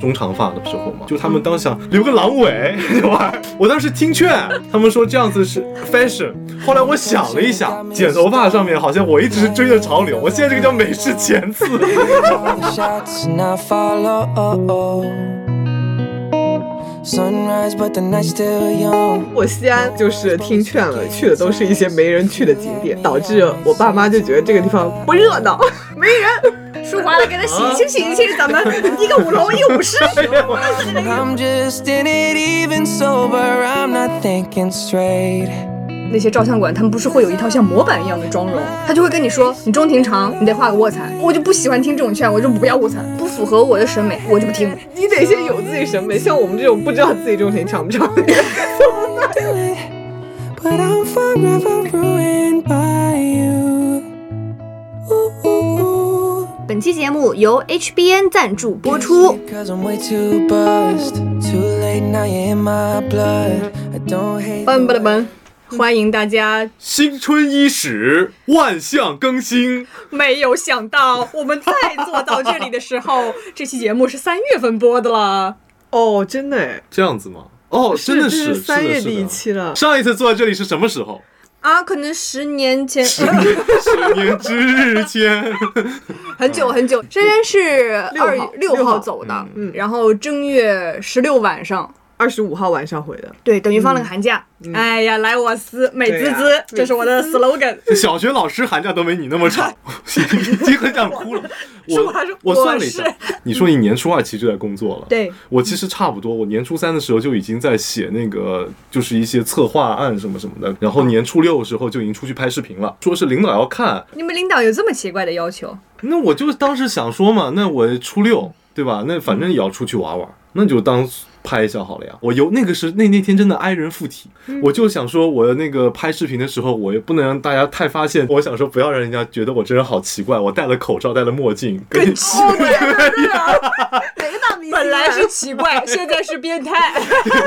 中长发的时候嘛，就他们当时想留个狼尾，我当时听劝，他们说这样子是 fashion。后来我想了一下，剪头发上面好像我一直是追着潮流，我现在这个叫美式前刺。 我西安就是听劝了，去的都是一些没人去的景点，导致我爸妈就觉得这个地方不热闹，没人。 舒华来给他洗一清洗一清，咱们一个5楼一个50。那些照相馆他们不是会有一套像模板一样的妆容，他就会跟你说你中庭长你得画个卧蚕，我就不喜欢听这种劝，我就不要卧蚕，不符合我的审美我就不听。 你得先有自己审美，像我们这种不知道自己中庭长不长的人本期节目由 HBN 赞助播出。欢迎大家！ 新春伊始，万象更新。 没有想到我们再坐到这里的时候，这期节目是3月份播的了。 哦，真的哎， 这样子吗？哦，真的是 3月第一期了。 上一次坐在这里是什么时候？ 啊，可能10年前 10年之前很久很久。珊珊是6号走的，然后正月16晚上 25号晚上回的， 对，等于放了个寒假。哎呀，来我司美滋滋，这是我的 slogan。 小学老师寒假都没你那么长，已经很想哭了。我算了一下，你说你年初2其实就在工作了， 对， 我其实差不多，我年初3的时候就已经在写那个就是一些策划案什么什么的，然后年初6的时候就已经出去拍视频了，说是领导要看。 你们领导有这么奇怪的要求？ 那我就当时想说嘛，那我初6对吧？那反正也要出去玩玩，那就当拍一下好了呀。我那天真的哀人附体，我就想说，我那个拍视频的时候，我也不能让大家太发现。我想说，不要让人家觉得我这人好奇怪。我戴了口罩，戴了墨镜， 更奇怪。哪个大明星？本来是奇怪，现在是变态。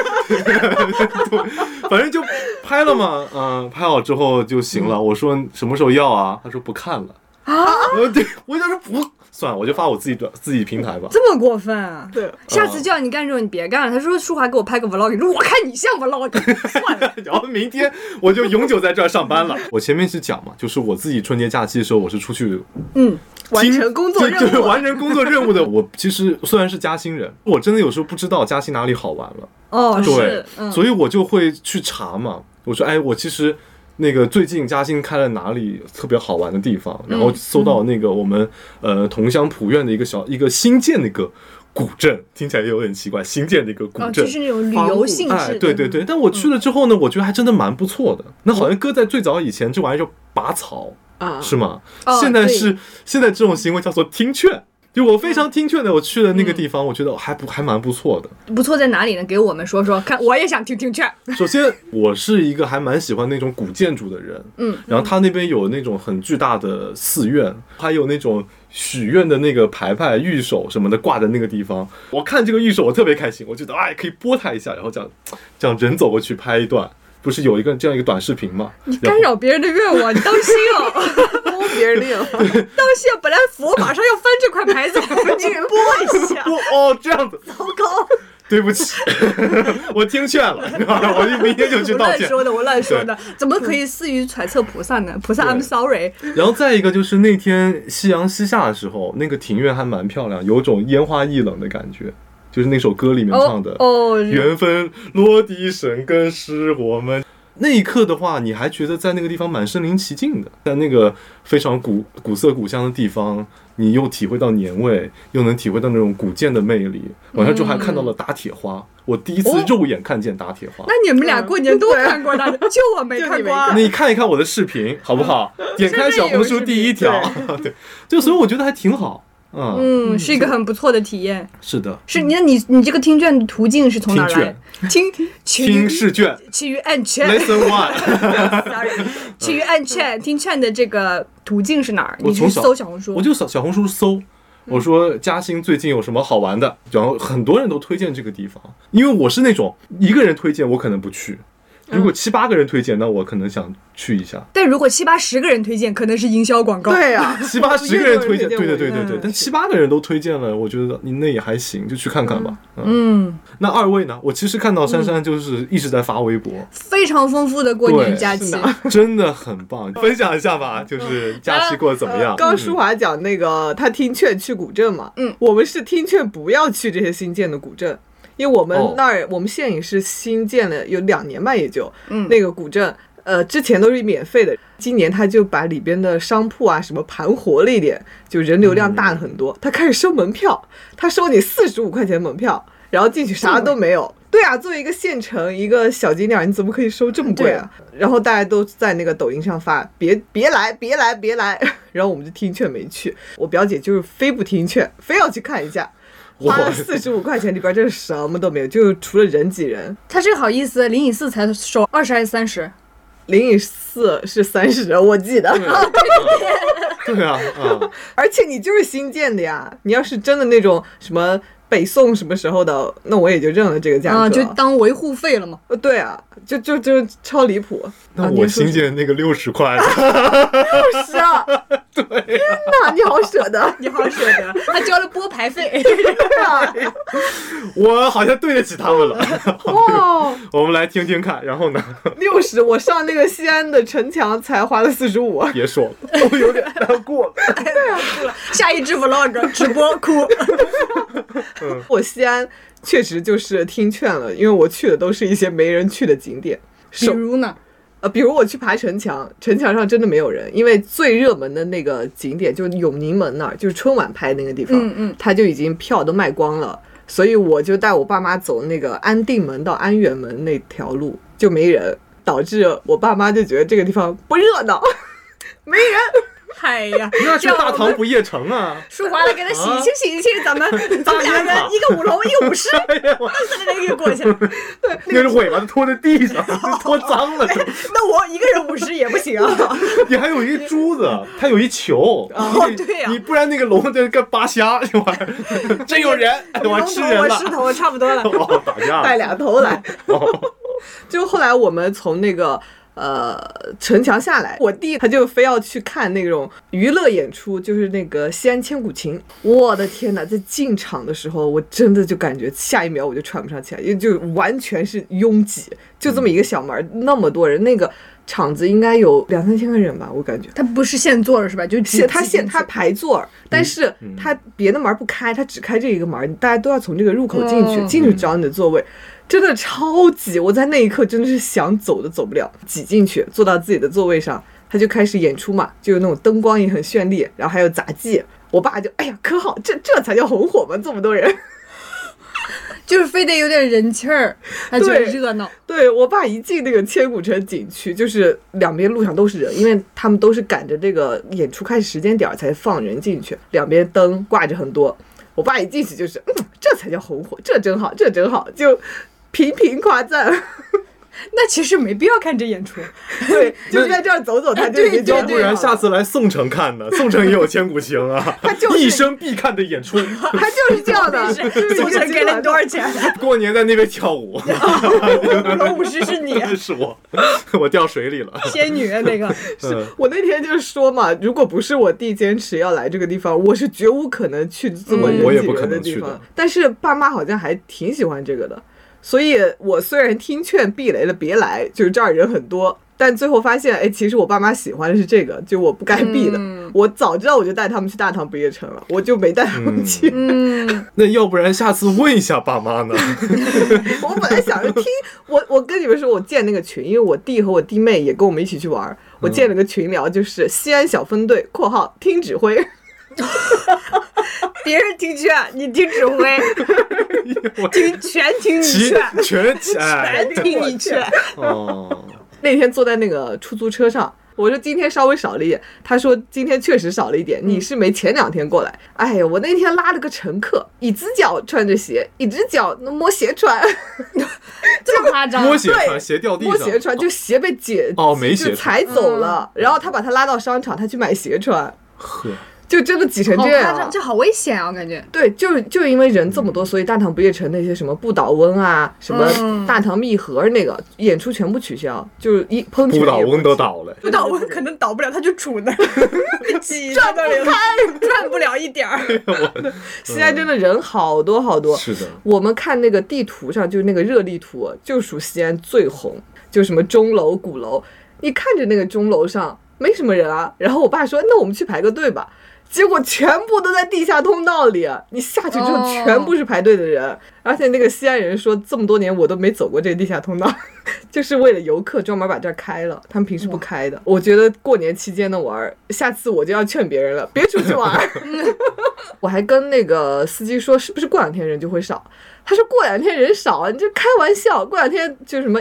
反正就拍了嘛，拍好之后就行了。我说什么时候要啊？他说不看了啊。对，我想说不。算了，我就发我自己平台吧。 这么过分啊？ 对， 下次叫你干这种你别干了。他说舒华给我拍个 vlog， 我看你像 vlog， 算了。 然后明天我就永久在这儿上班了。我前面是讲嘛，就是我自己春节假期的时候，我是出去完成工作任务， 对，完成工作任务的。我其实虽然是嘉兴人，我真的有时候不知道嘉兴哪里好玩了。 哦， 对，所以我就会去查嘛。我说，哎，我其实。那个最近嘉兴开了哪里特别好玩的地方，然后搜到那个我们桐乡普院的一个新建的一个古镇，听起来也有点奇怪，新建的一个古镇， 就是那种旅游性质的。 哎，对对对。但我去了之后呢，我觉得还真的蛮不错的。那好像搁在最早以前，这玩意儿叫拔草是吗？现在这种行为叫做听劝。就我非常听劝的，我去了那个地方，我觉得还蛮不错的。 不错在哪里呢？给我们说说看，我也想听听劝。 首先，我是一个还蛮喜欢那种古建筑的人，然后他那边有那种很巨大的寺院，还有那种许愿的那个牌牌、玉手什么的挂在那个地方。我看这个玉手，我特别开心，我觉得可以拨它一下，然后这样人走过去拍一段。不是有这样一个短视频吗？ 你干扰别人的愿望，你当心哦！ 摸别人的愿望，当心啊！本来佛马上要翻这块牌子，你拨一下。 这样子， 糟糕！ 对不起，我听劝了，我明天就去道歉。 我乱说的，怎么可以肆意揣测菩萨呢？菩萨 ，I'm sorry。 然后再一个就是那天夕阳西下的时候，那个庭院还蛮漂亮，有种烟花易冷的感觉。就是那首歌里面唱的缘分落地生根是我们。那一刻的话，你还觉得在那个地方蛮身临其境的，在那个非常古色古香的地方，你又体会到年味，又能体会到那种古建的魅力。晚上就还看到了打铁花，我第一次肉眼看见打铁花。 那你们俩过年都看过的，就我没看过。 你看一看我的视频好不好？点开小红书第一条，对，就所以我觉得还挺好。 是一个很不错的体验。 是的， 是你这个听卷的途径是从哪来？ 听试卷， 其余按劝。 Lesson 1，Sorry， 其余按劝，听劝的这个途径是哪儿？你是搜小红书？ 我就小红书搜。我说嘉兴最近有什么好玩的，然后很多人都推荐这个地方，因为我是那种一个人推荐我可能不去， 如果7、8个人推荐，那我可能想去一下。 但如果7、8、10个人推荐，可能是营销广告。 对呀 ，7、8、10个人推荐，对。但7、8个人都推荐了，我觉得你那也还行，就去看看吧。那2位呢？我其实看到珊珊就是一直在发微博， 非常丰富的过年假期， 真的很棒。分享一下吧，就是假期过得怎么样？ 刚舒华讲那个他听劝去古镇嘛，我们是听劝不要去这些新建的古镇。因为我们那儿，我们县里是新建了有2年吧，也就，那个古镇，之前都是免费的，今年他就把里边的商铺啊什么盘活了一点，就人流量大了很多，他开始收门票，他收你45块钱门票，然后进去啥都没有。对啊，作为一个县城一个小景点，你怎么可以收这么贵啊？然后大家都在那个抖音上发，别来，然后我们就听劝没去，我表姐就是非不听劝，非要去看一下。花了45块钱，里边真的什么都没有，就除了人挤人。 他这好意思，0以4才收20还是30？0 以4是30，我记得。 对啊， 而且你就是新建的呀，你要是真的那种什么北宋什么时候的，那我也就认了这个价格， 就当维护费了嘛。 对啊，就超离谱。 那我新建那个60块 ，60啊！ 对啊， 天哪，你好舍得， 你好舍得，他交了拨牌费。 我好像对得起他们了。哇，我们来听听看，然后呢 ？60，我上那个西安的城墙才花了45。 别说了，我有点难过了。 对啊，下一支 vlog 直播哭。 我西安确实就是听劝了，因为我去的都是一些没人去的景点。 比如呢？ 比如我去爬城墙，城墙上真的没有人，因为最热门的那个景点就是永宁门那儿，就是春晚拍那个地方，它就已经票都卖光了，所以我就带我爸妈走那个安定门到安源门那条路，就没人，导致我爸妈就觉得这个地方不热闹，没人。 哎呀， 那去大唐不夜城啊！ 舒华来给他洗一清，咱们2人，一个5楼，一个50，噔就过去了。 对， 那个尾巴拖在地上，拖脏了。 那我一个人50也不行啊！ 你还有一珠子，它有一球。 对呀， 你不然那个龙在干扒虾，这玩意儿真有人，我吃人了。 我狮头差不多了。 打架带2头来。就后来我们从那个。城墙下来，我弟他就非要去看那种娱乐演出，就是那个西安千古情。我的天哪，在进场的时候，我真的就感觉下一秒我就喘不上气来，因为就完全是拥挤，就这么一个小门，那么多人，那个场子应该有2-3千个人吧，我感觉。 他不是现座了是吧？就他排座，但是他别的门不开，他只开这一个门，大家都要从这个入口进去，进去找你的座位。真的超挤，我在那一刻真的是想走都走不了，挤进去坐到自己的座位上，他就开始演出嘛，就有那种灯光也很绚丽，然后还有杂技，我爸就哎呀可好，这才叫红火嘛，这么多人， 就是非得有点人气儿，还觉得热闹。 对，我爸一进那个千古城景区，就是两边路上都是人，因为他们都是赶着这个演出开始时间点才放人进去，两边灯挂着很多。我爸一进去就是，这才叫红火，这真好，这真好，就频频夸赞。 那其实没必要看这演出， 对，就在这儿走走，他就已经要不然下次来宋城看呢，宋城也有千古情啊， 他就是一生必看的演出， 他就是这样的。 宋城给了你多少钱？ 过年在那边跳舞 ，5楼50是你， 是我掉水里了， 仙女那个。 是我那天就是说嘛，如果不是我弟坚持要来这个地方，我是绝无可能去这么人挤人的地方。但是爸妈好像还挺喜欢这个的。所以我虽然听劝避雷了别来，就是这儿人很多，但最后发现哎，其实我爸妈喜欢的是这个，就我不该避的。我早知道我就带他们去大唐不夜城了，我就没带他们去。 那要不然下次问一下爸妈呢？ 我本来想着听，我跟你们说，我建那个群，因为我弟和我弟妹也跟我们一起去玩，我建了个群聊，就是西安小分队（括号听指挥）。 别人听劝，你听指挥，全听你劝，全听你劝。 哦， 那天坐在那个出租车上，我说今天稍微少了一点，他说今天确实少了一点，你是没前2天过来。哎呀，我那天拉了个乘客，一只脚穿着鞋，一只脚摸鞋穿， 这么夸张？ 摸鞋穿，鞋掉地上， 摸鞋穿，就鞋被没鞋就踩走了，然后他把他拉到商场，他去买鞋穿。 呵。 就真的挤成这样， 这好危险啊！我感觉。 对，就因为人这么多，所以大唐不夜城那些什么不倒翁啊，什么大唐密盒那个演出全部取消，就是喷泉不倒翁都倒了， 不倒翁可能倒不了，他就杵那挤转不开， 转不了一点儿。 西安真的人好多好多。 是的， 我们看那个地图上，就是那个热力图，就属西安最红，就什么钟楼、鼓楼，你看着那个钟楼上没什么人啊，然后我爸说那我们去排个队吧。结果全部都在地下通道里，你下去之后全部是排队的人，而且那个西安人说这么多年我都没走过这个地下通道，就是为了游客专门把这儿开了，他们平时不开的。我觉得过年期间的玩，下次我就要劝别人了，别出去玩。我还跟那个司机说，是不是过两天人就会少？他说过两天人少，你这开玩笑，过两天就什么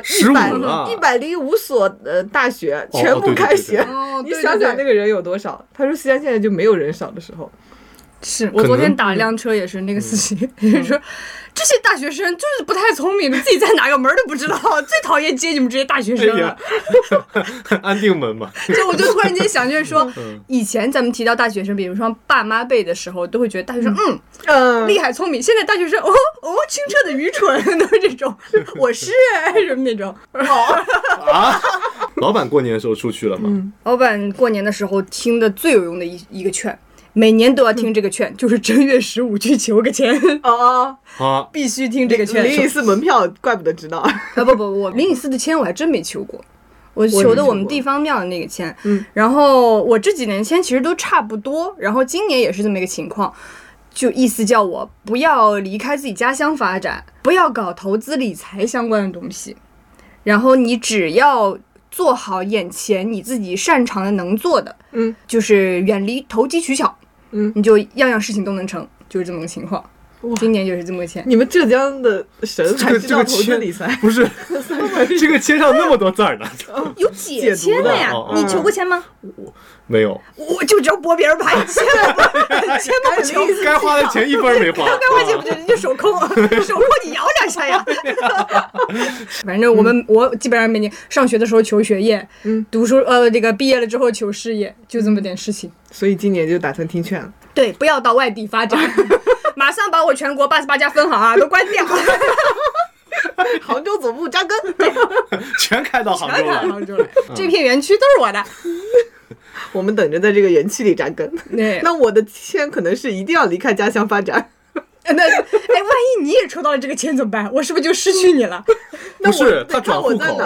105所大学全部开学，你想想那个人有多少？他说西安现在就没有人少的时候。 是我昨天打辆车也是，那个司机说这些大学生就是不太聪明的，自己在哪个门都不知道，最讨厌接你们这些大学生了。 安定门嘛。 就我就突然间想，就是说以前咱们提到大学生，比如说爸妈辈的时候，都会觉得大学生厉害聪明，现在大学生清澈的愚蠢，都是这种我是什么那种。 啊，老板过年的时候出去了吗？ 老板过年的时候听的最有用的一个劝。每年都要听这个劝，就是正月15去求个签必须听这个劝。 灵隐寺门票怪不得知道不，我灵隐寺的签我还真没求过，我求的我们地方庙的那个签。然后我这几年签其实都差不多，然后今年也是这么一个情况，就意思叫我不要离开自己家乡发展，不要搞投资理财相关的东西，然后你只要做好眼前你自己擅长的能做的，就是远离投机取巧。你就样样事情都能成，就是这么个情况。今年就是这么个签。 你们浙江的神还知道投资理财？ 不是，这个签上那么多字儿呢。 有解签的呀，你求过签吗？ 我没有， 我就知道博别人牌，千万不求， 该花的钱一分没花， 该花钱不就手抠你摇两下呀。反正我基本上每年上学的时候求学业，读书这个毕业了之后求事业，就这么点事情。 所以今年就打算听劝了。 对，不要到外地发展，马上把我全国88家分行啊都关掉。 杭州总部扎根， 全开到杭州了。 这片园区都是我的。 我们等着在这个园区里扎根。那我的签可能是一定要离开家乡发展。 万一你也抽到了这个签怎么办？我是不是就失去你了？ 不是，他转户口。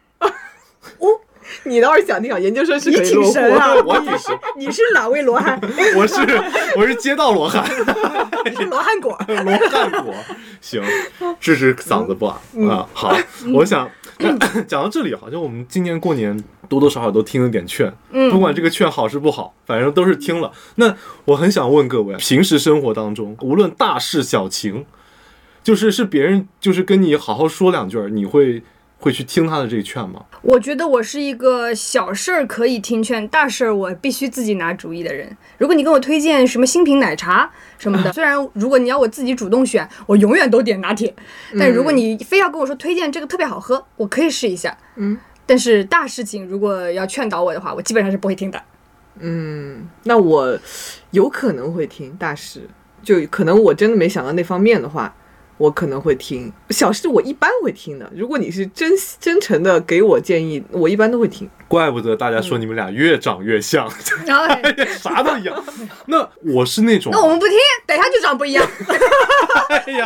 你倒是想听，研究生是可以落户啊！ 我挺神。 你是哪位罗汉？ 我是街道罗汉。 是罗汉果。 罗汉果，行，治治嗓子不啊？好，我想讲到这里，好像我们今年过年多多少少都听了点劝，不管这个劝好是不好，反正都是听了。那我很想问各位，平时生活当中，无论大事小情，是别人就是跟你好好说两句，你会去听他的这个劝吗？ 我觉得我是一个小事儿可以听劝，大事儿我必须自己拿主意的人。如果你跟我推荐什么新品奶茶什么的，虽然如果你要我自己主动选，我永远都点拿铁，但如果你非要跟我说推荐这个特别好喝，我可以试一下。但是大事情如果要劝导我的话，我基本上是不会听的。 那我有可能会听大事，就可能我真的没想到那方面的话，我可能会听。小事我一般会听的，如果你是真诚的给我建议，我一般都会听。 怪不得大家说你们俩越长越像，啥都一样。那我是那种， 那我们不听，等一下就长不一样。 哎呀，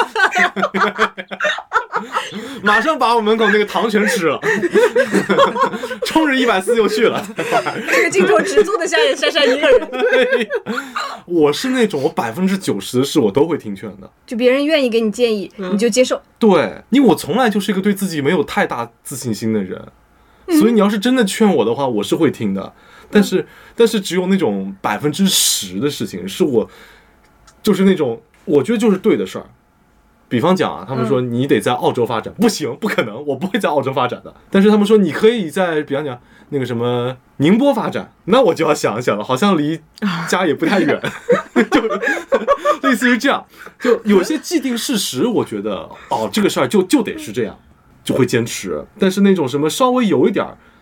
马上把我门口那个糖全吃了，冲着140就去了。 这个镜头只坐得下珊珊一个人。 我是那种我90%的事我都会听劝的，就别人愿意给你建议，你就接受。 对，因为我从来就是一个对自己没有太大自信心的人，所以你要是真的劝我的话，我是会听的。但是只有那种10%的事情，是我就是那种我觉得就是对的事儿。比方讲啊，他们说你得在澳洲发展，不行，不可能，我不会在澳洲发展的。但是他们说你可以在，比方讲那个什么宁波发展，那我就要想一想了，好像离家也不太远，就类似于这样，就有些既定事实，我觉得这个事儿就得是这样，就会坚持。但是那种什么稍微有一点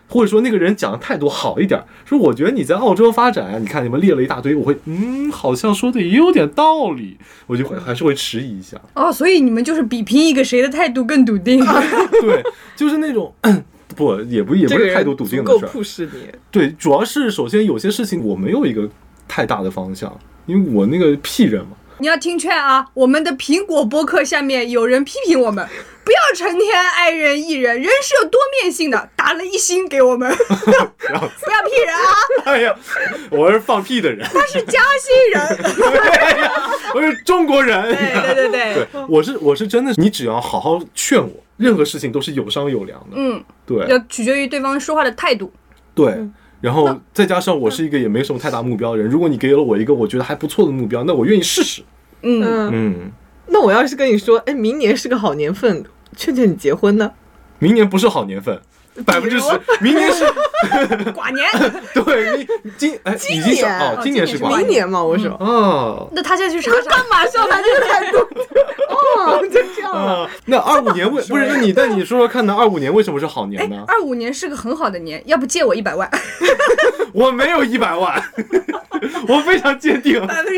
或者说那个人讲的态度好一点，说我觉得你在澳洲发展啊，你看你们列了一大堆，我会好像说的也有点道理，我就会还是会迟疑一下。 哦，所以你们就是比拼一个谁的态度更笃定。 对，就是那种不也不是态度笃定的事儿。 足够 push 你。 对，主要是首先有些事情我没有一个太大的方向，因为我那个屁人嘛。 你要听劝啊！我们的苹果播客下面有人批评我们，不要成天爱人艺人，人是有多面性的，打了1星给我们，不要屁人啊！ 哎呀，我是放屁的人， 他是江西人， 对呀，我是中国人， 对， 我是真的，你只要好好劝我，任何事情都是有商有量的，对， 要取决于对方说话的态度， 对。然后再加上我是一个也没什么太大目标的人，如果你给了我一个我觉得还不错的目标，那我愿意试试。 那我要是跟你说，明年是个好年份，劝劝你结婚呢？ 明年不是好年份，10%，明年是寡年。 对，今年是寡年， 明年嘛，我说。 哦， 那他现在去查干嘛上他这个态度？就这样了。 那25年不是那你说说看呢？25年为什么是好年呢 ？25年是个很好的年，要不借我100万？ 我没有100万，我非常坚定。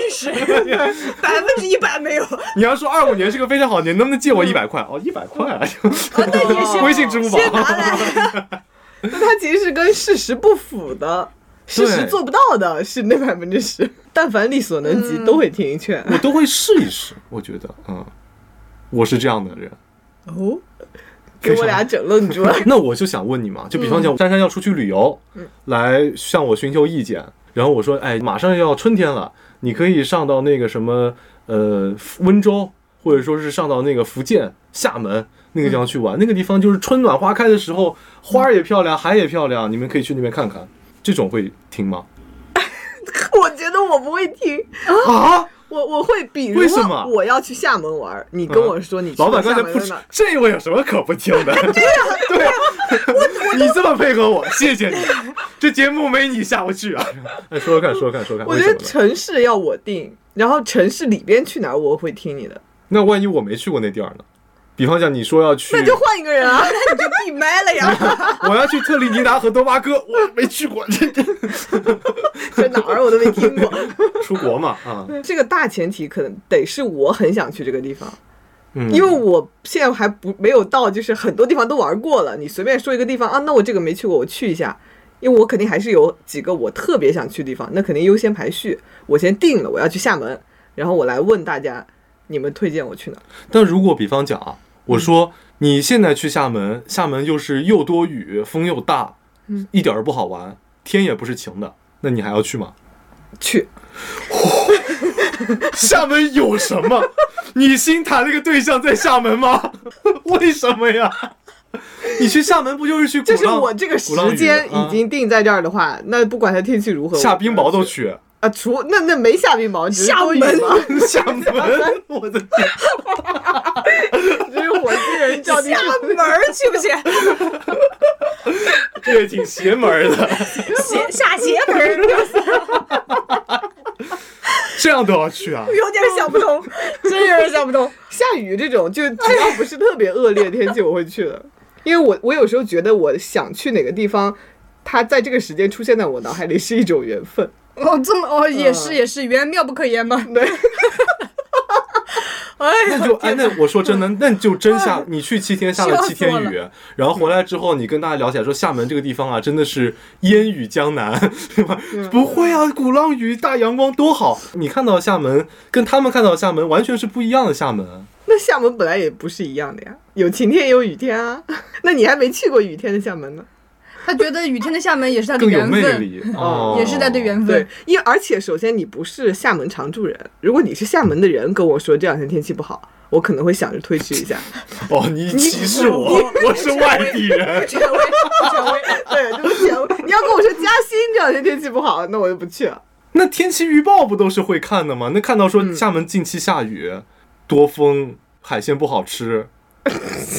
10%，100%没有。 你要说25年是个非常好年，能不能借我100块？哦，100块啊！ 那也行， 微信、支付宝。 先拿来。 那它其实是跟事实不符的，事实做不到的是那10%。但凡力所能及，都会听一劝， 我都会试一试。我觉得，我是这样的人。 哦，给我俩整愣住了。 那我就想问你嘛，就比方讲，珊珊要出去旅游，来向我寻求意见，然后我说，马上要春天了，你可以上到那个什么温州，或者说是上到那个福建厦门那个地方去玩，那个地方就是春暖花开的时候，花也漂亮，海也漂亮，你们可以去那边看看。这种会听吗？ 我觉得我不会听啊。 我会，比如我要去厦门玩，你跟我说你去老板刚才不说，这我有什么可不听的？对，你这么配合我，谢谢你。这节目没你下不去啊！说说看。 我觉得城市要我定，然后城市里边去哪儿我会听你的。 那万一我没去过那地儿呢？比方讲，你说要去， 那就换一个人啊， 那你就闭麦了呀。 我要去特立尼达和多巴哥，我没去过， 这哪儿我都没听过。 出国嘛， 这个大前提可能得是我很想去这个地方，因为我现在还没有到，就是很多地方都玩过了。你随便说一个地方啊，那我这个没去过，我去一下，因为我肯定还是有几个我特别想去的地方，那肯定优先排序。我先定了，我要去厦门，然后我来问大家，你们推荐我去哪？ 但如果比方讲啊，我说你现在去厦门，厦门又多雨，风又大，一点儿不好玩，天也不是晴的，那你还要去吗？ 去。 厦门有什么？你新谈那个对象在厦门吗？为什么呀？你去厦门不就是去就是我这个时间已经定在这儿的话，那不管它天气如何， 下冰雹都去啊！那没下冰雹， 厦门厦门，我的天！ 这是火星人叫你厦门去不去？ 这也挺邪门的， 下邪门。 这样都要去啊？ 有点想不通，真有点想不通。 下雨这种，就只要不是特别恶劣的天气，我会去的。因为我有时候觉得，我想去哪个地方，它在这个时间出现在我脑海里是一种缘分。 也是，缘妙不可言嘛。 对。 那我说真的，那就真你去7天下了7天雨，然后回来之后，你跟大家聊起来说厦门这个地方啊，真的是烟雨江南，对吧？不会啊，鼓浪屿、大阳光多好。你看到厦门跟他们看到厦门完全是不一样的厦门。 那厦门本来也不是一样的呀，有晴天也有雨天啊。那你还没去过雨天的厦门呢？ 他觉得雨天的厦门也是他的缘分， 更有魅力也是他的缘分。 对，因为而且首先你不是厦门常住人，如果你是厦门的人跟我说这2天天气不好，我可能会想着推迟一下。 你歧视我，我是外地人。 权威，对，就是权威。你要跟我说嘉兴这2天天气不好，那我就不去了。 那天气预报不都是会看的吗？那看到说厦门近期下雨，多风，海鲜不好吃。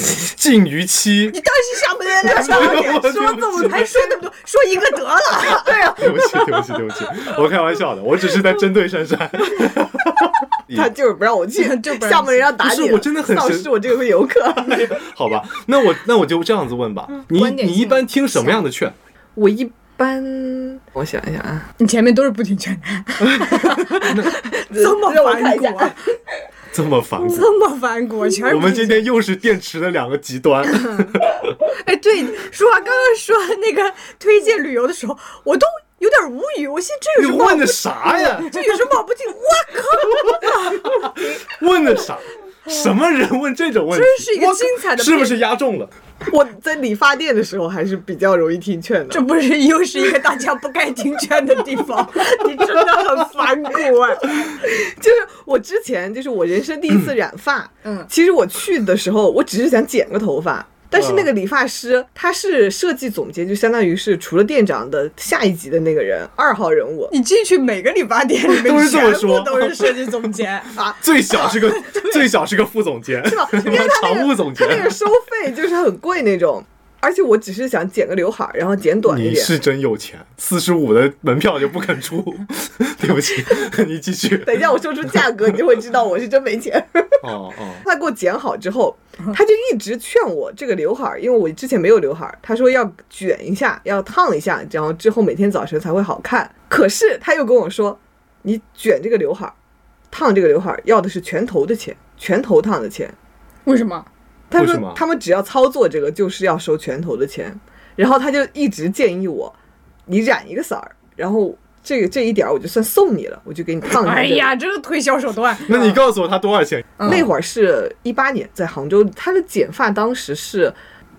禁于期。 你当时厦门人来说这么还说那么多，说一个得了。 对啊， 对不起，我开玩笑的，我只是在针对珊珊。 他就是不让我去，厦门人要打你。 不是，我真的很丧失我这个游客。 好吧，那我就这样子问吧，你一般听什么样的劝？ 我一般，我想一想啊， 你前面都是不听劝的，这么反骨， 这么反骨， 这么反骨，全是。 我们今天又是电池的两个极端。 哎，对，舒华刚刚说那个推荐旅游的时候，我都有点无语。我现在这有什么？ 你问的啥呀？ 这有什么好不听？我靠！ 问的啥？什么人问这种问题？ 真是一个精彩的， 是不是压中了？ 我在理发店的时候还是比较容易听劝的。 这不是又是一个大家不该听劝的地方？你真的很反骨啊！ 就是我之前就是我人生第一次染发，其实我去的时候我只是想剪个头发。但是那个理发师他是设计总监，就相当于是除了店长的下一级的那个人，2号人物。 你进去每个理发店里面都是这么说， 都是设计总监啊， 最小是个副总监， 是吧？因为他常务总监， 他那个收费就是很贵那种。而且我只是想剪个刘海，然后剪短一点。 你是真有钱，45的门票就不肯出，对不起，你继续。 等一下，我说出价格，你就会知道我是真没钱。他给我剪好之后，他就一直劝我这个刘海，因为我之前没有刘海，他说要卷一下，要烫一下，然后之后每天早晨才会好看。可是他又跟我说，你卷这个刘海，烫这个刘海要的是全头的钱，全头烫的钱。 为什么？ 他说他们只要操作这个就是要收全头的钱，然后他就一直建议我，你染一个色儿，然后这一点我就算送你了，我就给你烫一下。 哎呀，这个推销手段。 那你告诉我他多少钱？ 那会儿是18年，在杭州，他的剪发当时是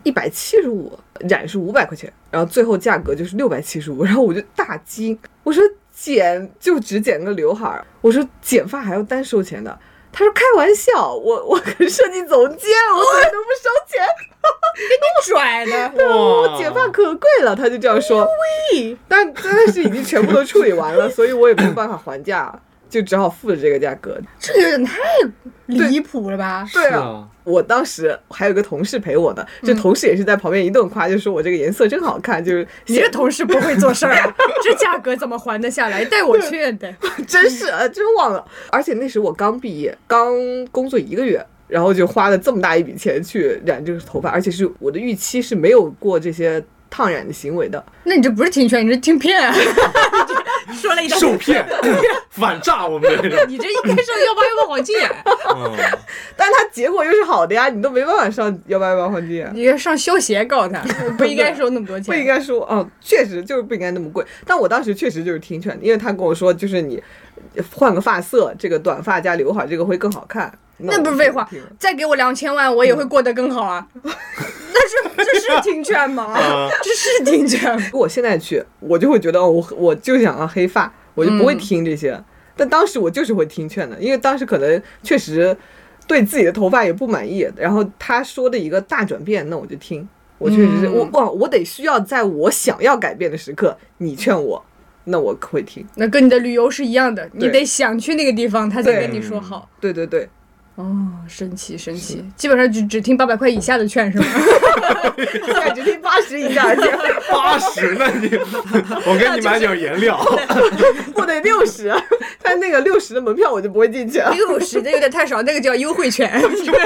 175，染是500块钱，然后最后价格就是675，然后我就大惊，我说剪就只剪个刘海，我说剪发还要单收钱的。他说开玩笑，我可是设计总监，我怎么能不收钱？ 给你拽的， 对，我剪发可贵了，他就这样说。但是已经全部都处理完了，所以我也没有办法还价，就只好付了这个价格。 这有点太离谱了吧？ 对啊，我当时还有个同事陪我呢，这同事也是在旁边一顿夸，就说我这个颜色真好看。就是你这同事不会做事儿啊，这价格怎么还得下来？带我去的， 真是真忘了。而且那时我刚毕业，刚工作1个月。然后就花了这么大一笔钱去染这个头发，而且是我的预期是没有过这些烫染的行为的。 那你这不是听劝，你这听骗啊！说了一大受骗，反诈我们这种。 你这应该上188黄金眼。 但它结果又是好的呀，你都没办法上188黄金眼。 你要上消协告他，不应该收那么多钱。 不应该说，确实就是不应该那么贵。但我当时确实就是听劝，因为他跟我说，就是你换个发色，这个短发加刘海，这个会更好看。 那不是废话，再给我2000万，我也会过得更好啊。这是听劝吗？这是听劝。 我现在去，我就会觉得我就想要黑发，我就不会听这些。但当时我就是会听劝的，因为当时可能确实对自己的头发也不满意，然后他说的一个大转变，那我就听。我确实是我得需要在我想要改变的时刻，你劝我。那我会听。 那跟你的旅游是一样的，你得想去那个地方，他才跟你说好。 对对对。 神奇，基本上只听800块以下的劝是吗？ 现在只听80以下的劝。 80？那你，我给你买点颜料。 不得60，他那个60的门票我就不会进去。 60那有点太少，那个叫优惠券。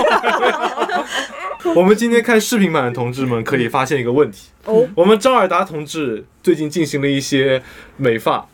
我们今天看视频版的同志们可以发现一个问题，我们张尔达同志最近进行了一些美发。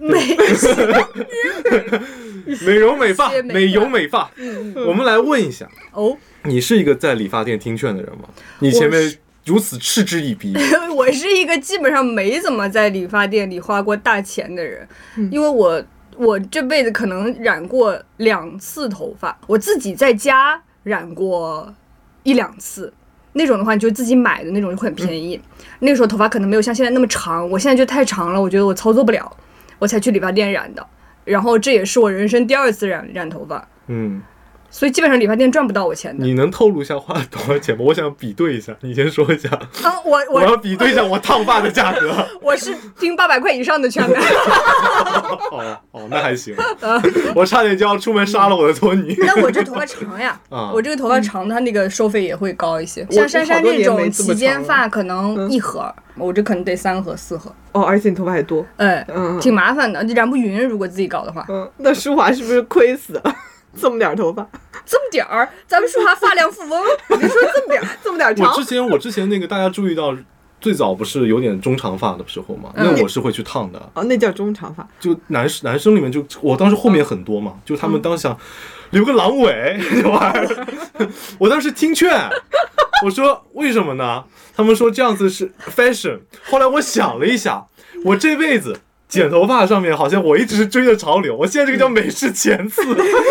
美容美发，美容美发。我们来问一下，你是一个在理发店听劝的人吗？你前面如此嗤之以鼻。 我是一个基本上没怎么在理发店里花过大钱的人，因为我这辈子可能染过2次头发，我自己在家染过1-2次。那种的话，你就自己买的那种就很便宜。那个时候头发可能没有像现在那么长，我现在就太长了，我觉得我操作不了，我才去理发店染的。然后这也是我人生第2次染头发。 所以基本上理发店赚不到我钱的。 你能透露一下花了多少钱吗？我想比对一下，你先说一下。 我要比对一下我烫发的价格。 我是听800块以上的圈的。 哦，那还行。我差点就要出门杀了我的托尼。 那我这头发长呀，我这个头发长，它那个收费也会高一些。像珊珊这种齐肩发，可能1盒，我这可能得3盒4盒。 哦，而且你头发还多， 挺麻烦的，染不匀。如果自己搞的话， 那舒华是不是亏死了？这么点头发， 这么点儿，咱们舒华发量富翁，你说这么点长。 我之前那个大家注意到，最早不是有点中长发的时候嘛，那我是会去烫的。 哦，那叫中长发。 就男生里面就我当时后面很多嘛，就他们当时想留个狼尾这玩意儿，我当时听劝，我说为什么呢？他们说这样子是 fashion。后来我想了一下，我这辈子剪头发上面好像我一直是追着潮流，我现在这个叫美式前刺。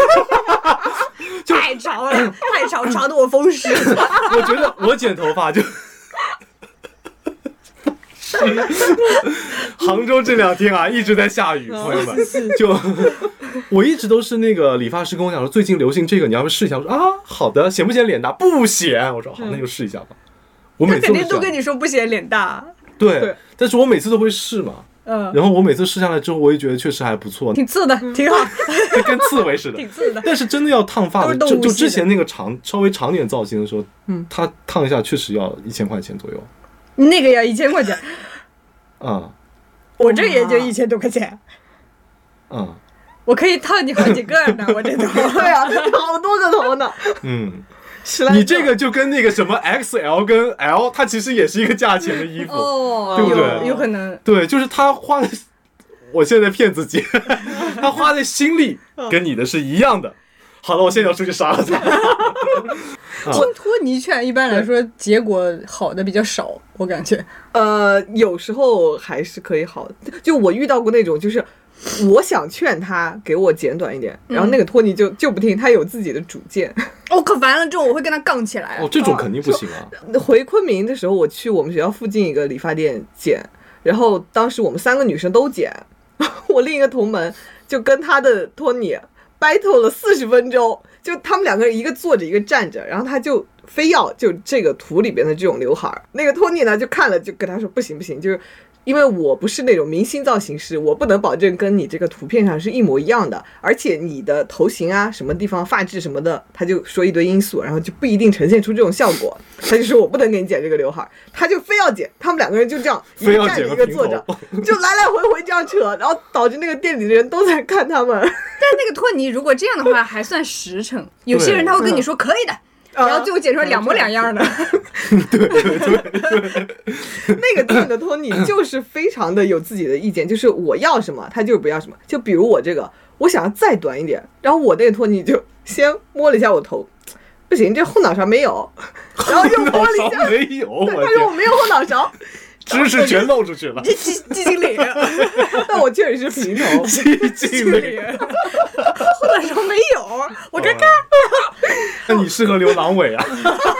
太长了，太长得我风湿。 我觉得我剪头发就杭州这2天啊一直在下雨，朋友们，就我一直都是那个理发师跟我讲说最近流行这个，你要不试一下？我说啊好的，显不显脸大？不显。我说好，那就试一下吧。我每次肯定都跟你说不显脸大。 对，但是我每次都会试嘛。然后我每次试下来之后，我也觉得确实还不错， 挺刺的，挺好， 跟刺猬似的， 挺刺的。 但是真的要烫发的，就之前那个稍微长点造型的时候，他烫一下确实要1000块钱左右。 那个要1000块钱我这也就1000多块钱。我可以烫你好几个呢，我这头。 对啊，好多个头呢。 你这个就跟那个什么 XL 跟 L， 它其实也是一个价钱的衣服，对不对？ 有可能。 对，就是他花的，我现在骗自己，他花的心力跟你的是一样的。好了，我现在要出去杀了他。 托尼劝一般来说结果好的比较少，我感觉。 有时候还是可以好的。就我遇到过那种，就是我想劝他给我剪短一点，然后那个托尼就不听，他有自己的主见。 可烦了，这种我会跟他杠起来。 这种肯定不行啊。 回昆明的时候，我去我们学校附近一个理发店剪，然后当时我们3个女生都剪，我另一个同门就跟他的托尼 battle 了40分钟，就他们2个人一个坐着一个站着，然后他就非要就这个图里边的这种刘海，那个托尼呢就看了就跟他说不行，就是因为我不是那种明星造型师，我不能保证跟你这个图片上是一模一样的，而且你的头型啊什么地方发质什么的，他就说一堆因素，然后就不一定呈现出这种效果，他就说我不能给你剪这个刘海，他就非要剪，他们2个人就这样一个站着一个坐着，就来来回回这样扯，然后导致那个店里的人都在看他们。 但那个托尼如果这样的话还算实诚，有些人他会跟你说可以的，然后最后剪出来2模2样的。 对， 那个店的托尼就是非常的有自己的意见，就是我要什么他就是不要什么。就比如我这个我想要再短一点，然后我那个托尼就先摸了一下我头，不行，这后脑勺没有，然后又摸了一下， 没有， 他说我没有后脑勺， 知识全露出去了。 寂静岭， 但我确实是平头。 寂静岭， 后脑勺没有，我这看。 那你适合留狼尾啊。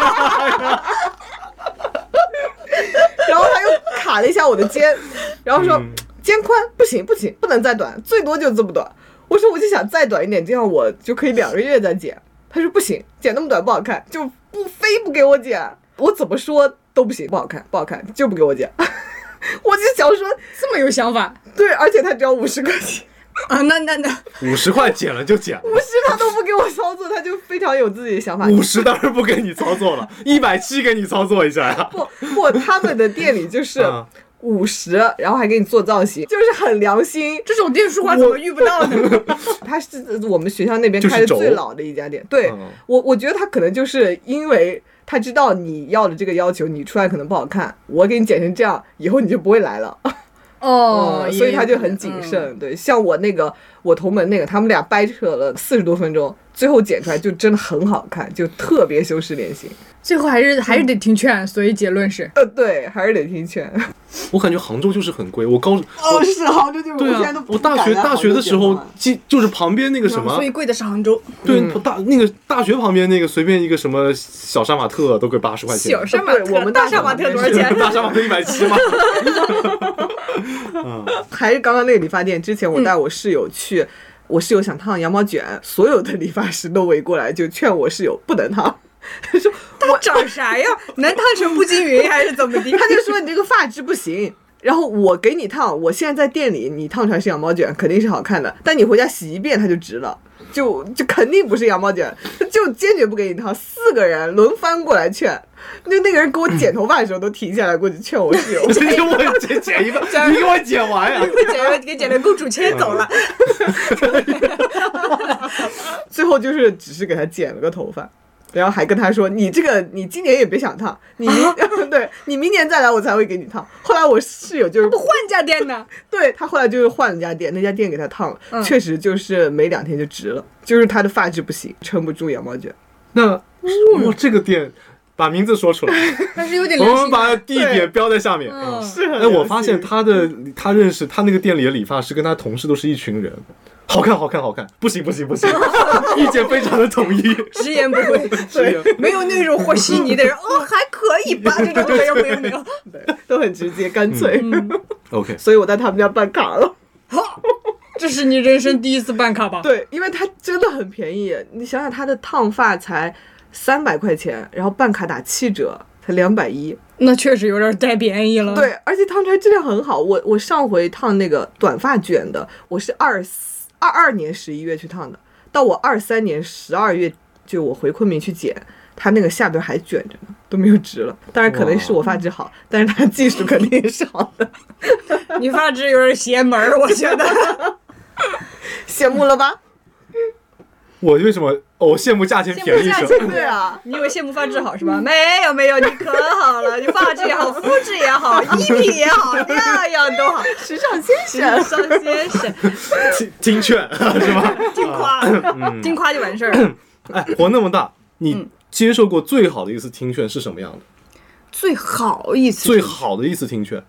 然后他又卡了一下我的肩，然后说肩宽不行，不能再短，最多就这么短。我说我就想再短一点，这样我就可以2个月再剪。他说不行，剪那么短不好看，就非不给我剪。我怎么说都不行，不好看，就不给我剪。我就想说这么有想法。 对，而且他只要50块钱。 那 50块剪了就剪了 ，50他都不给我操作，他就非常有自己的想法。 50当然不给你操作了，170给你操作一下呀。 不，他们的店里就是50，然后还给你做造型，就是很良心。 这种店舒华怎么遇不到呢？ 他是我们学校那边开的最老的一家店。对，我觉得他可能就是因为他知道你要的这个要求，你出来可能不好看，我给你剪成这样，以后你就不会来了。所以他就很谨慎。对，像我同门那个，他们俩掰扯了40多分钟，最后剪出来就真的很好看，就特别修饰脸型。 最后还是得听劝，所以结论是对，还是得听劝。 我感觉杭州就是很贵， 是杭州就对啊，我大学的时候就是旁边那个什么， 所以贵的是杭州。 对，那个大学旁边那个随便一个什么小杀马特都贵80块钱。 小杀马特， 我们大杀马特多少钱？ 大杀马特170吗？ 还是刚刚那个理发店，之前我带我室友去我室友想烫羊毛卷，所有的理发师都围过来就劝我室友不能烫。他说我长啥呀？能烫成步惊云还是怎么的？ 他就说你这个发质不行，然后我给你烫，我现在在店里你烫出来是羊毛卷肯定是好看的，但你回家洗一遍它就直了，就肯定不是羊毛卷，就坚决不给你烫。4个人轮番过来劝，那个人给我剪头发的时候都停下来过去劝我室友， 我剪一个，你给我剪完呀！ 给剪了公主牵走了。 最后就是只是给他剪了个头发。然后还跟他说，你今年也别想烫，对你明年再来我才会给你烫。后来我室友就是不换家店呢， 对他后来就是换了家店，那家店给他烫了，确实就是没2天就直了，就是他的发质不行，撑不住羊毛卷。 那这个店把名字说出来， 但是有点我们把地点标在下面。 是很我发现他认识他那个店里的理发师跟他同事都是一群人。好看，不行，意见非常的统一， 直言不讳，对，没有那种和稀泥的人，还可以吧，这种没有， 对，都很直接干脆。 OK， 所以我在他们家办卡了。 好，这是你人生第一次办卡吧？ 对，因为它真的很便宜，你想想他的烫发才300块钱，然后办卡打7折才210， 那确实有点太便宜了。 对，而且烫出来质量很好。我上回烫那个短发卷的，我是22年11月去烫的，到我23年12月就我回昆明去剪，它那个下边还卷着呢，都没有直了。当然可能是我发质好，但是它技术肯定也是好的。 你发质有点邪门，我觉得。 羡慕了吧？ 我为什么我羡慕价钱便宜是吧？ 对啊， 你以为羡慕发质好是吧？没有，你可好了，你发质也好，肤质也好，衣品也好，样样都好， 时尚先生， 听劝是吧？ 听夸就完事儿。 哎，活那么大，你接受过最好的一次听劝是什么样的？ 最好的一次听劝。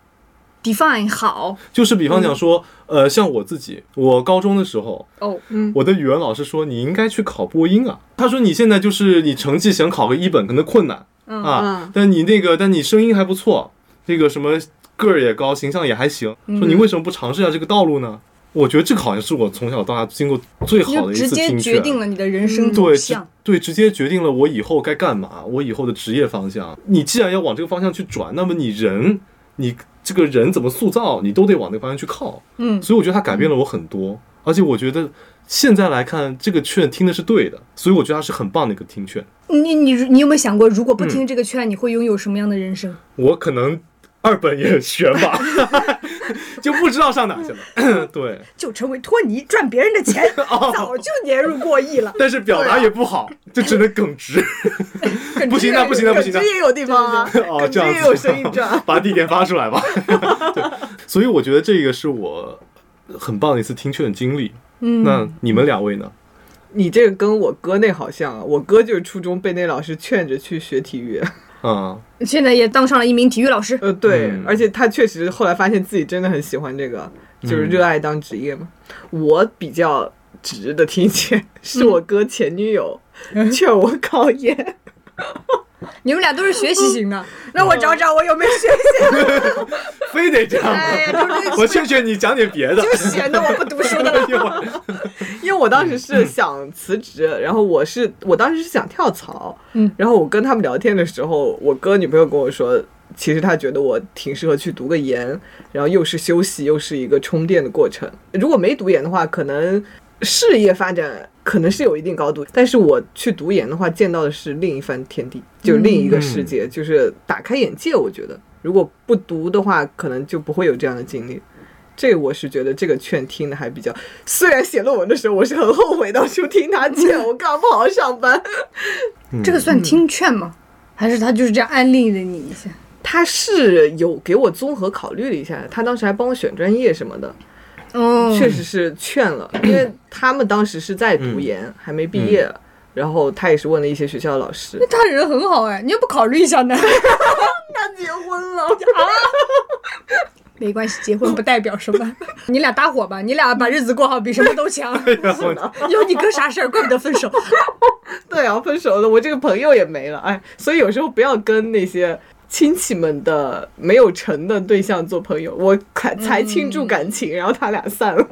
define 好， 就是比方讲说，像我自己，我高中的时候，我的语文老师说你应该去考播音啊。他说你现在就是你成绩想考个1本可能困难但你声音还不错，这个什么个儿也高，形象也还行，说你为什么不尝试一下这个道路呢？我觉得这个好像是我从小到大经过最好的一次听劝， 直接决定了你的人生走向。 对，直接决定了我以后该干嘛，我以后的职业方向。你既然要往这个方向去转，那么你这个人怎么塑造，你都得往那个方向去靠。所以我觉得它改变了我很多，而且我觉得现在来看，这个劝听的是对的，所以我觉得它是很棒的一个听劝。 你有没有想过，如果不听这个劝，你会拥有什么样的人生？ 我可能2本也悬吧，就不知道上哪去了。对， 就成为托尼赚别人的钱，早就年入过亿了。 但是表达也不好，就只能耿直。不行，那不行， 耿直也有地方啊，耿直也有生意赚。 把地点发出来吧。对，所以我觉得这个是我很棒的一次听劝经历。那你们2位呢？ 你这个跟我哥那好像啊，我哥就是初中被那老师劝着去学体育。 现在也当上了一名体育老师。 对，而且他确实后来发现自己真的很喜欢这个，就是热爱当职业嘛。我比较直的听劝是我哥前女友劝我考研。 你们俩都是学习型的，那我找找我有没有学习。 非得这样吗？我劝劝你讲点别的， 就显得我不读书的了。 因为我当时是想辞职，然后我当时是想跳槽，然后我跟他们聊天的时候，我哥女朋友跟我说，其实他觉得我挺适合去读个研，然后又是休息又是一个充电的过程。如果没读研的话，可能事业发展可能是有一定高度，但是我去读研的话，见到的是另一番天地，就另一个世界，就是打开眼界。我觉得如果不读的话，可能就不会有这样的经历。这个我是觉得这个劝听的还比较，虽然写论文的时候我是很后悔当初听他劝我干嘛不好好上班。 这个算听劝吗？还是他就是这样安利了你一下？ 他是有给我综合考虑了一下，他当时还帮我选专业什么的。确实是劝了，因为他们当时是在读研，还没毕业，然后他也是问了一些学校的老师。 那他人很好哎，你要不考虑一下呢？ 他结婚了啊！ 没关系，结婚不代表什么。你俩搭伙吧，你俩把日子过好比什么都强。有你哥啥事儿，怪不得分手。 对啊，分手了，我这个朋友也没了，哎，所以有时候不要跟那些亲戚们的没有成的对象做朋友。我才倾注感情，然后他俩散了。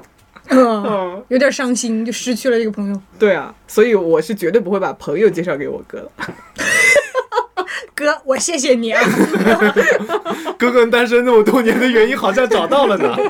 有点伤心，就失去了这个朋友。 对啊，所以我是绝对不会把朋友介绍给我哥的。 哥，我谢谢你啊！ 哥哥单身那么多年的原因好像找到了呢。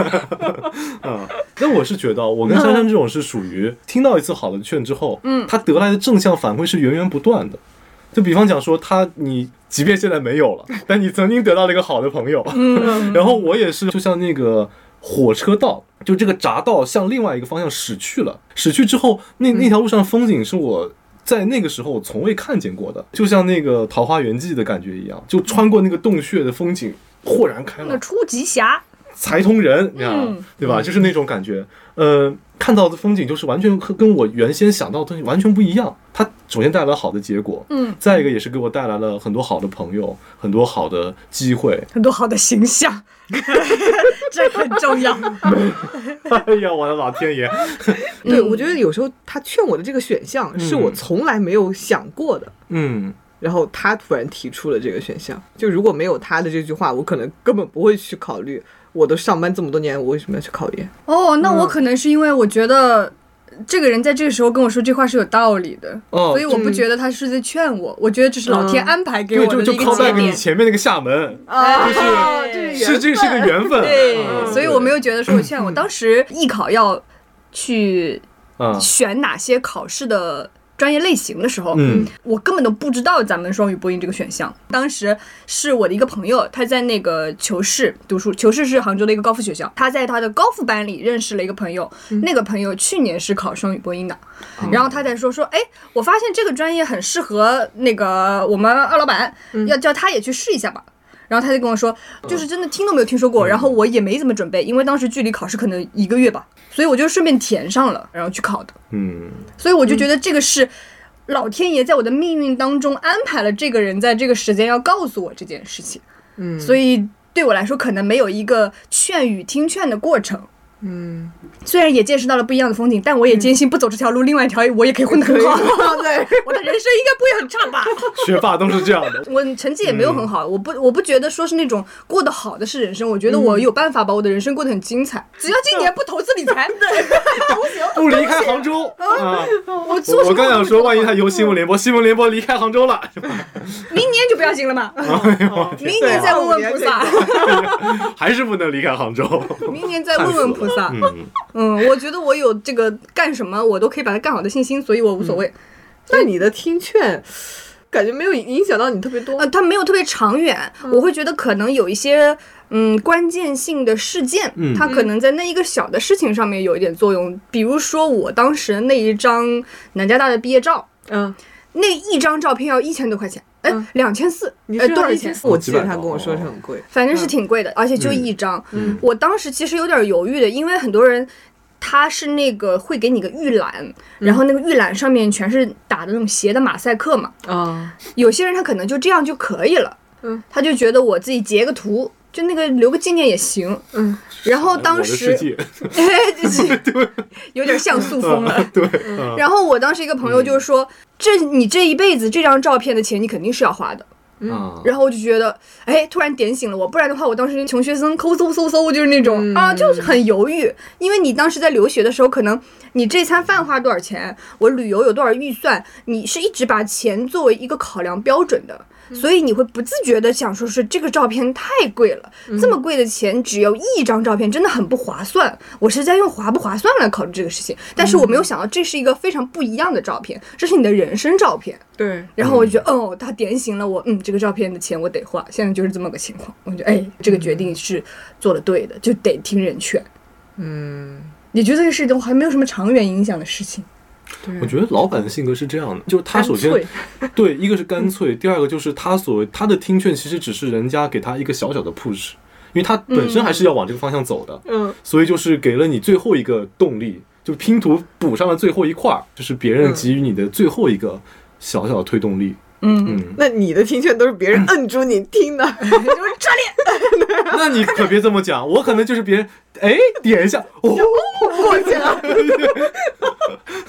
那我是觉得我跟珊珊这种是属于听到一次好的劝之后，他得来的正向反馈是源源不断的。就比方讲说你即便现在没有了，但你曾经得到了一个好的朋友。然后我也是，就像那个火车道，就这个匝道向另外一个方向驶去了，驶去之后那条路上风景是我在那个时候我从未看见过的，就像那个《桃花源记》的感觉一样，就穿过那个洞穴的风景豁然开朗。 那初极霞， 才通人，你看，对吧？就是那种感觉。看到的风景就是完全跟我原先想到的东西完全不一样。它首先带来了好的结果，再一个也是给我带来了很多好的朋友，很多好的机会， 很多好的形象，这很重要。 哎呀，我的老天爷！ 对，我觉得有时候他劝我的这个选项是我从来没有想过的。然后他突然提出了这个选项，就如果没有他的这句话，我可能根本不会去考虑。我都上班这么多年，我为什么要去考研？ 那我可能是因为我觉得这个人在这个时候跟我说这话是有道理的，所以我不觉得他是在劝我，我觉得这是老天安排给我的一个节点。 就靠在你前面那个厦门，这是个缘分。 对，所以我没有觉得说我劝我。当时艺考要去选哪些考试的专业类型的时候，我根本都不知道咱们双语播音这个选项。当时是我的一个朋友，他在那个求是读书，求是是杭州的一个高复学校，他在他的高复班里认识了一个朋友，那个朋友去年是考双语播音的，然后他才说，哎，我发现这个专业很适合那个我们二老板，要叫他也去试一下吧。然后他就跟我说，就是真的听都没有听说过，然后我也没怎么准备，因为当时距离考试可能1个月吧，所以我就顺便填上了，然后去考的。所以我就觉得这个是老天爷在我的命运当中安排了这个人在这个时间要告诉我这件事情。所以对我来说可能没有一个劝与听劝的过程。虽然也见识到了不一样的风景，但我也坚信不走这条路，另外一条我也可以混得很好。对，我的人生应该不会很差吧？ 学霸都是这样的。 我成绩也没有很好，我不觉得说是那种过得好的是人生，我觉得我有办法把我的人生过得很精彩。只要今年不投资理财， 不离开杭州啊！ 我刚想说，万一他游新闻联播，新闻联播离开杭州了， 明年就不要行了嘛？明年再问问菩萨， 还是不能离开杭州。 明年再问问菩萨。我觉得我有这个干什么我都可以把它干好的信心，所以我无所谓。 那你的听劝感觉没有影响到你特别多？ 它没有特别长远，我会觉得可能有一些关键性的事件，它可能在那一个小的事情上面有一点作用。比如说我当时那一张南加大的毕业照，那一张照片要1000多块钱。2400，多少钱？ 我记得他跟我说是很贵， 反正是挺贵的，而且就一张。我当时其实有点犹豫的，因为很多人他是那个会给你个预览，然后那个预览上面全是打的那种斜的马赛克嘛。有些人他可能就这样就可以了，他就觉得我自己截个图，就那个留个纪念也行。然后当时有点像素风了。 对。 然后我当时一个朋友就说，你这一辈子这张照片的钱你肯定是要花的。然后我就觉得，突然点醒了我，不然的话，我当时穷学生抠搜，就是那种就是很犹豫，因为你当时在留学的时候，可能你这餐饭花多少钱，我旅游有多少预算，你是一直把钱作为一个考量标准的。所以你会不自觉的想说是这个照片太贵了，这么贵的钱只有一张照片真的很不划算，我是在用划不划算来考虑这个事情。但是我没有想到这是一个非常不一样的照片，这是你的人生照片。 对。 然后我就觉得它点醒了我，这个照片的钱我得花，现在就是这么个情况。我觉得这个决定是做的对的，就得听人劝。你觉得这个事情还没有什么长远影响的事情？ 我觉得老板的性格是这样的，就是他首先对一个是干脆，第二个就是他的听劝其实只是人家给他一个小小的 push， 因为他本身还是要往这个方向走的，所以就是给了你最后一个动力，就拼图补上了最后一块，就是别人给予你的最后一个小小的推动力。 那你的听劝都是别人摁住你听的，就是抓脸。 那你可别这么讲，我可能就是别人点一下，过去了， 太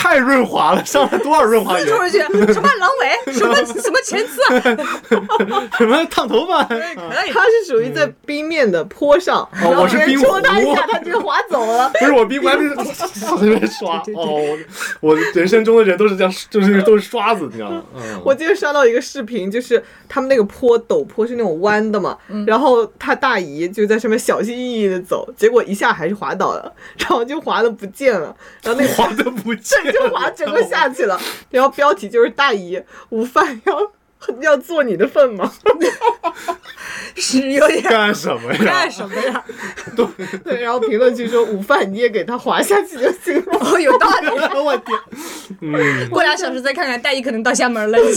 太润滑了，上了多少润滑油？ 出去什么狼尾，什么前刺， 什么烫头发？可以。 它是属于在冰面的坡上， 我是冰湖， 戳它一下，它就滑走了。 不是我冰湖还没随便刷我人生中的人都是这样，就是都是刷子，你知道吗？ 我今天刷到一个视频，就是他们那个陡坡是那种弯的嘛，然后他大姨就在上面小心翼翼的走，结果一下还是滑倒了，然后就滑的不见了，然后那个滑的不见了， 就滑整个下去了。然后标题就是大姨午饭要做你的份吗？ 是有点干什么呀？ 对，然后评论区说午饭你也给他滑下去就行了。 有道理。 我天， 过2小时再看看，大姨可能到厦门了。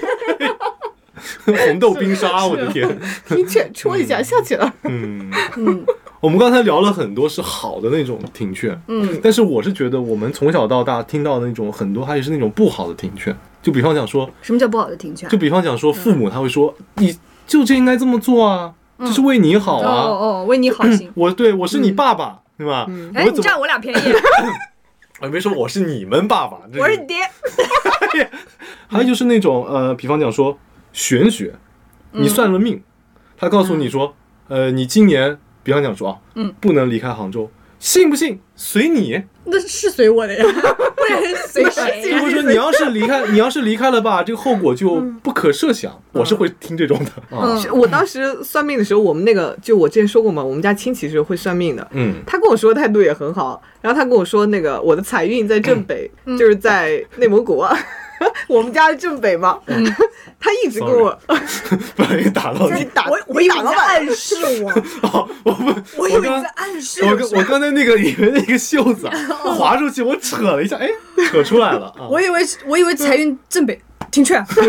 红豆冰沙，我的天！ 听劝戳一下下去了。 我们刚才聊了很多是好的那种听劝，但是我是觉得我们从小到大听到的那种很多还是那种不好的听劝，就比方讲说， 什么叫不好的听劝？ 就比方讲说，父母他会说，你就应该这么做啊，这是为你好啊， 为你好心。 我是你爸爸，对吧？ 哎，你占我俩便宜。 我没说我是你们爸爸， 我是你爹。 还有就是那种比方讲说玄学，你算了命，他告诉你说，你今年比方讲说不能离开杭州，信不信随你。 那是随我的呀，不然随谁呀？ 或者说你要是离开了吧，这个后果就不可设想。我是会听这种的。 我当时算命的时候，我们那个就我之前说过嘛，我们家亲戚是会算命的。他跟我说的态度也很好，然后他跟我说那个我的财运在正北，就是在内蒙古。我们家是正北嘛，他一直跟我， 不然你打到你， 我以为你在暗示我，我以为你在暗示我刚才那个以为那个袖子滑出去，我扯了一下，哎，扯出来了啊！ 我以为财运正北，听劝。我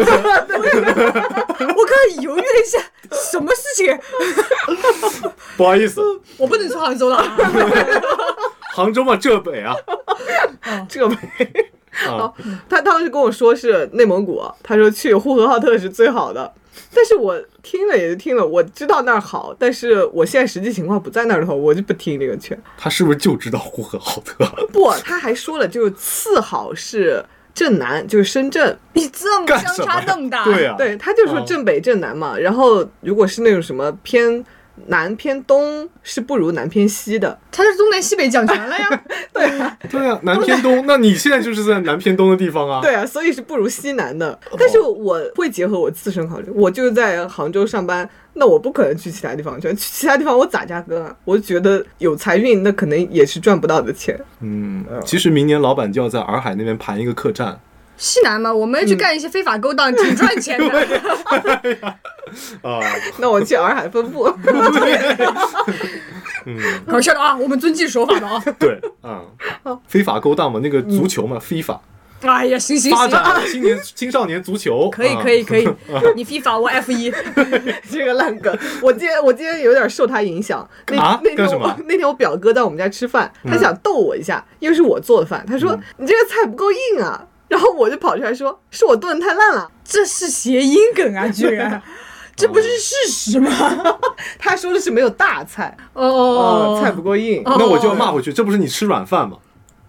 刚才犹豫了一下，什么事情？ 不好意思， 我不能说杭州了。 杭州嘛，浙北啊， 浙北。他当时跟我说是内蒙古，他说去呼和浩特是最好的，但是我听了也就听了，我知道那儿好，但是我现在实际情况不在那儿的话，我就不听这个劝。 他是不是就知道呼和浩特？ 不，他还说了，就是次好是正南，就是深圳。 你这么相差那么大？ 对啊， 对，他就说正北正南嘛，然后如果是那种什么偏南偏东是不如南偏西的， 他是东南西北讲全了呀。 对啊，南偏东，那你现在就是在南偏东的地方啊。 对啊，所以是不如西南的。但是我会结合我自身考虑，我就在杭州上班，那我不可能去其他地方去其他地方我咋加更啊？我觉得有财运，那可能也是赚不到的钱。 其实明年老板就要在洱海那边盘一个客栈。 西南嘛，我们去干一些非法勾当，挺赚钱的。 那我去洱海分部。 搞笑的啊，我们遵纪守法的啊。 对非法勾当嘛，那个足球嘛，非法。 哎呀，行， 发展青少年足球， 可以，你 FIFA 我 F1， 这个烂梗。我今天有点受他影响。 干什么？ 那天我表哥在我们家吃饭，他想逗我一下，因为是我做的饭，他说你这个菜不够硬啊，然后我就跑出来说是我炖的太烂了， 这是谐音梗啊，居然。这不是事实吗？ 他说的是没有大菜菜不够硬， 那我就要骂回去，这不是你吃软饭吗？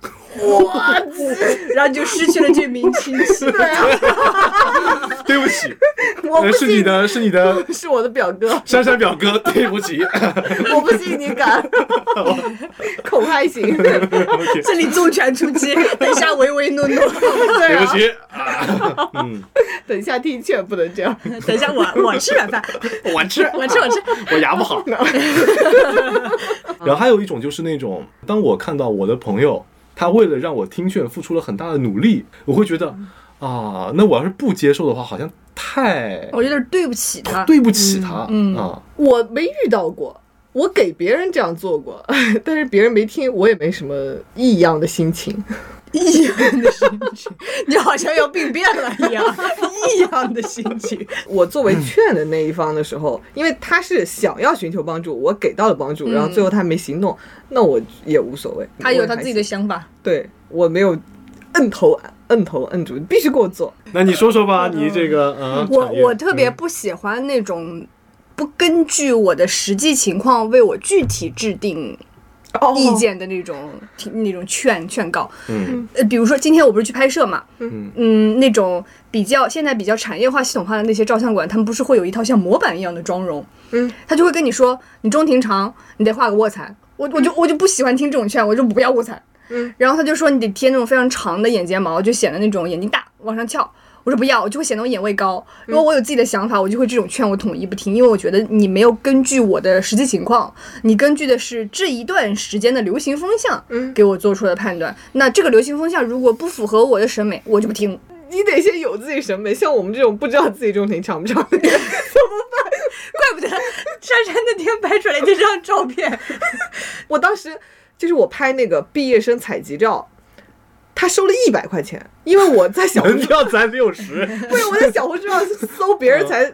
然后就失去了这名亲戚。 对不起， 我不信是你的， 是我的表哥， 珊珊表哥，对不起， 我不信你敢，口还行， 这里重拳出击，等一下唯唯诺诺， 对不起， 等一下听劝不能这样， 等一下我吃软饭， 我吃，我牙不好。然后还有一种就是那种，当我看到我的朋友，他为了让我听劝付出了很大的努力，我会觉得那我要是不接受的话，好像我有点对不起他。 我没遇到过，我给别人这样做过，但是别人没听，我也没什么异样的心情。 异样的心情，你好像要病变了一样。异样的心情。 我作为劝的那一方的时候，因为他是想要寻求帮助，我给到了帮助，然后最后他没行动，那我也无所谓。 他有他自己的想法， 对，我没有摁头摁住，必须给我做。 那你说说吧，你这个我特别不喜欢那种不根据我的实际情况为我具体制定意见的那种劝告。比如说今天我不是去拍摄嘛，那种现在比较产业化系统化的那些照相馆，他们不是会有一套像模板一样的妆容，他就会跟你说你中庭长，你得画个卧蚕，我就不喜欢听这种劝，我就不要卧蚕。然后他就说你得贴那种非常长的眼睫毛，就显得那种眼睛大往上翘。我说不要，我就会显得我眼位高。如果我有自己的想法，我就会这种劝我统一不听，因为我觉得你没有根据我的实际情况，你根据的是这一段时间的流行风向，给我做出的判断。那这个流行风向如果不符合我的审美，我就不听。 你得先有自己审美，像我们这种不知道自己中庭长不长的人怎么办？ 怪不得珊珊那天拍出来这张照片。 我当时就是我拍那个毕业生采集照。他收了100块钱，因为我在小红书要咱60， 不是我在小红书上搜别人才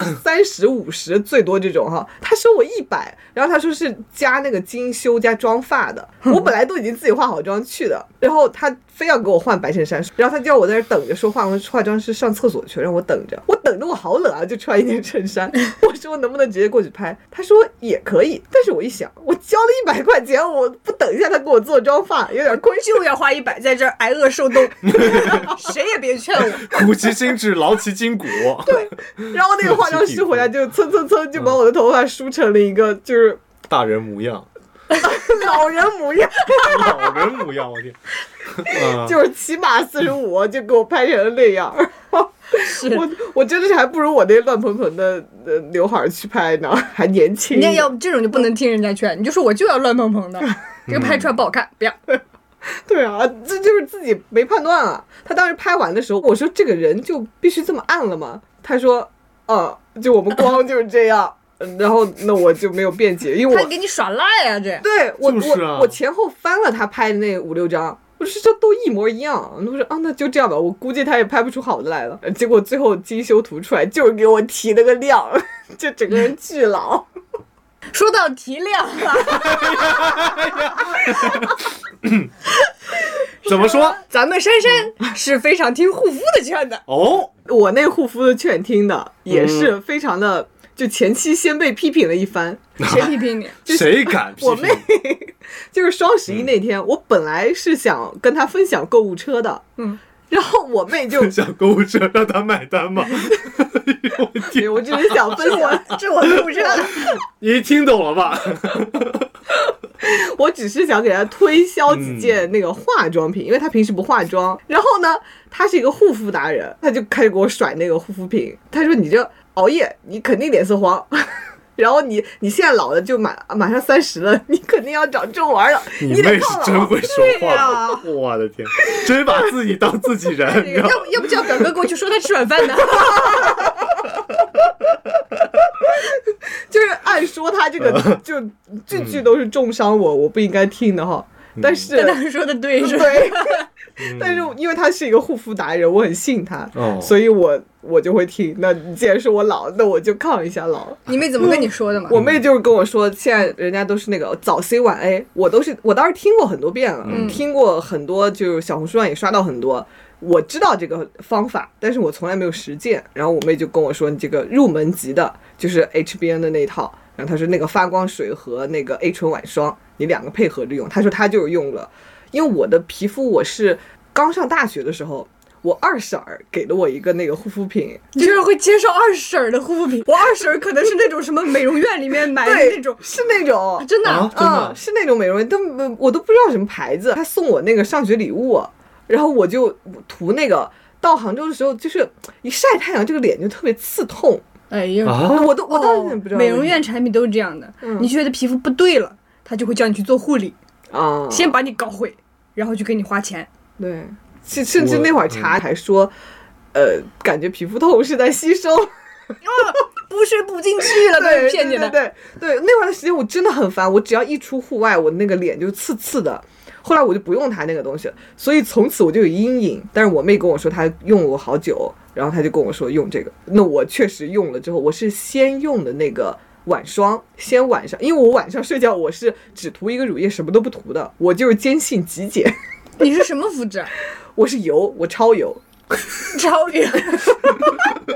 30、50最多这种哈，他收我100，然后他说是加那个精修加妆发的，我本来都已经自己化好妆去的，然后他非要给我换白衬衫，然后他叫我在这等着，说化妆师上厕所去，让我等着，我好冷啊，就穿一件衬衫，我说能不能直接过去拍，他说也可以，但是我一想，我交了100块钱，我不等一下他给我做妆发，有点亏， 就要花100在这儿挨饿受冻，谁也别劝我， 苦其心志，劳其筋骨。 对，然后那个化妆师回来就蹭就把我的头发梳成了一个就是大人模样。 老人模样， 我天， 就是起码45就给我拍成了那样。我真的是还不如我那乱蓬蓬的刘海去拍呢，还年轻。 你要这种就不能听人家劝，你就说我就要乱蓬蓬的，这个拍出来不好看，不要。 对啊，这就是自己没判断啊。他当时拍完的时候，我说这个人就必须这么暗了吗？他说，就我们光就是这样。然后那我就没有辩解，因为他给你耍赖啊！ 对我前后翻了他拍的那5、6张，我说这都一模一样。我说那就这样吧，我估计他也拍不出好的来了。结果最后精修图出来就是给我提了个亮，就整个人巨老。 说到提亮了， 怎么说？ 咱们珊珊是非常听护肤的劝的哦。 我那护肤的劝听的也是非常的。就前期先被批评了一番， 谁批评你？ 谁敢批评？ 我妹就是双11那天，我本来是想跟她分享购物车的，然后我妹就分享购物车让她买单嘛。 我只是想分享， 这我购物车， 你听懂了吧？ 我只是想给她推销几件那个化妆品，因为她平时不化妆。然后呢，她是一个护肤达人，她就开始给我甩那个护肤品。她说：“你这熬夜，你肯定脸色黄。然后你现在老了，就马上30了，你肯定要长皱纹了。 你妹是真会说话，我的天，真把自己当自己人。 要不叫表哥过去说他吃晚饭呢？ 就是按说他这个就句都是重伤我不应该听的哈。但是他说的对是对。但是因为他是一个护肤达人，我很信他，所以我就会听。那你既然说我老，那我就抗一下老。 你妹怎么跟你说的嘛？ 我妹就是跟我说，现在人家都是那个早 C 晚 A， 我当时听过很多遍了，听过很多，就是小红书上也刷到很多。我知道这个方法，但是我从来没有实践。然后我妹就跟我说，你这个入门级的，就是 HBN 的那一套。然后她说那个发光水和那个 A 醇晚霜，你2个配合着用。她说她就是用了。因为我的皮肤，我是刚上大学的时候，我二婶给了我一个那个护肤品。 你居然会介绍二婶的护肤品？我二婶可能是那种什么美容院里面买的那种， 是那种真的， 是那种美容院，我都不知道什么牌子。他送我那个上学礼物，然后我就涂那个。到杭州的时候，就是一晒太阳，这个脸就特别刺痛。 哎呀， 我当时不知道， 美容院产品都是这样的。你觉得皮肤不对了，他就会叫你去做护理。先把你搞毁，然后就给你花钱。 对，甚至那会儿查还说，感觉皮肤痛是在吸收， 补水补进去了， 对， 骗你的。 对，那会儿的时间我真的很烦，我只要一出户外，我那个脸就刺刺的。后来我就不用它那个东西，所以从此我就有阴影。但是我妹跟我说她用了好久，然后她就跟我说用这个。那我确实用了之后，我是先用的那个。晚霜先晚上，因为我晚上睡觉我是只涂一个乳液什么都不涂的，我就是坚信极简。 你是什么肤质？ 我是油，我超油。 超油。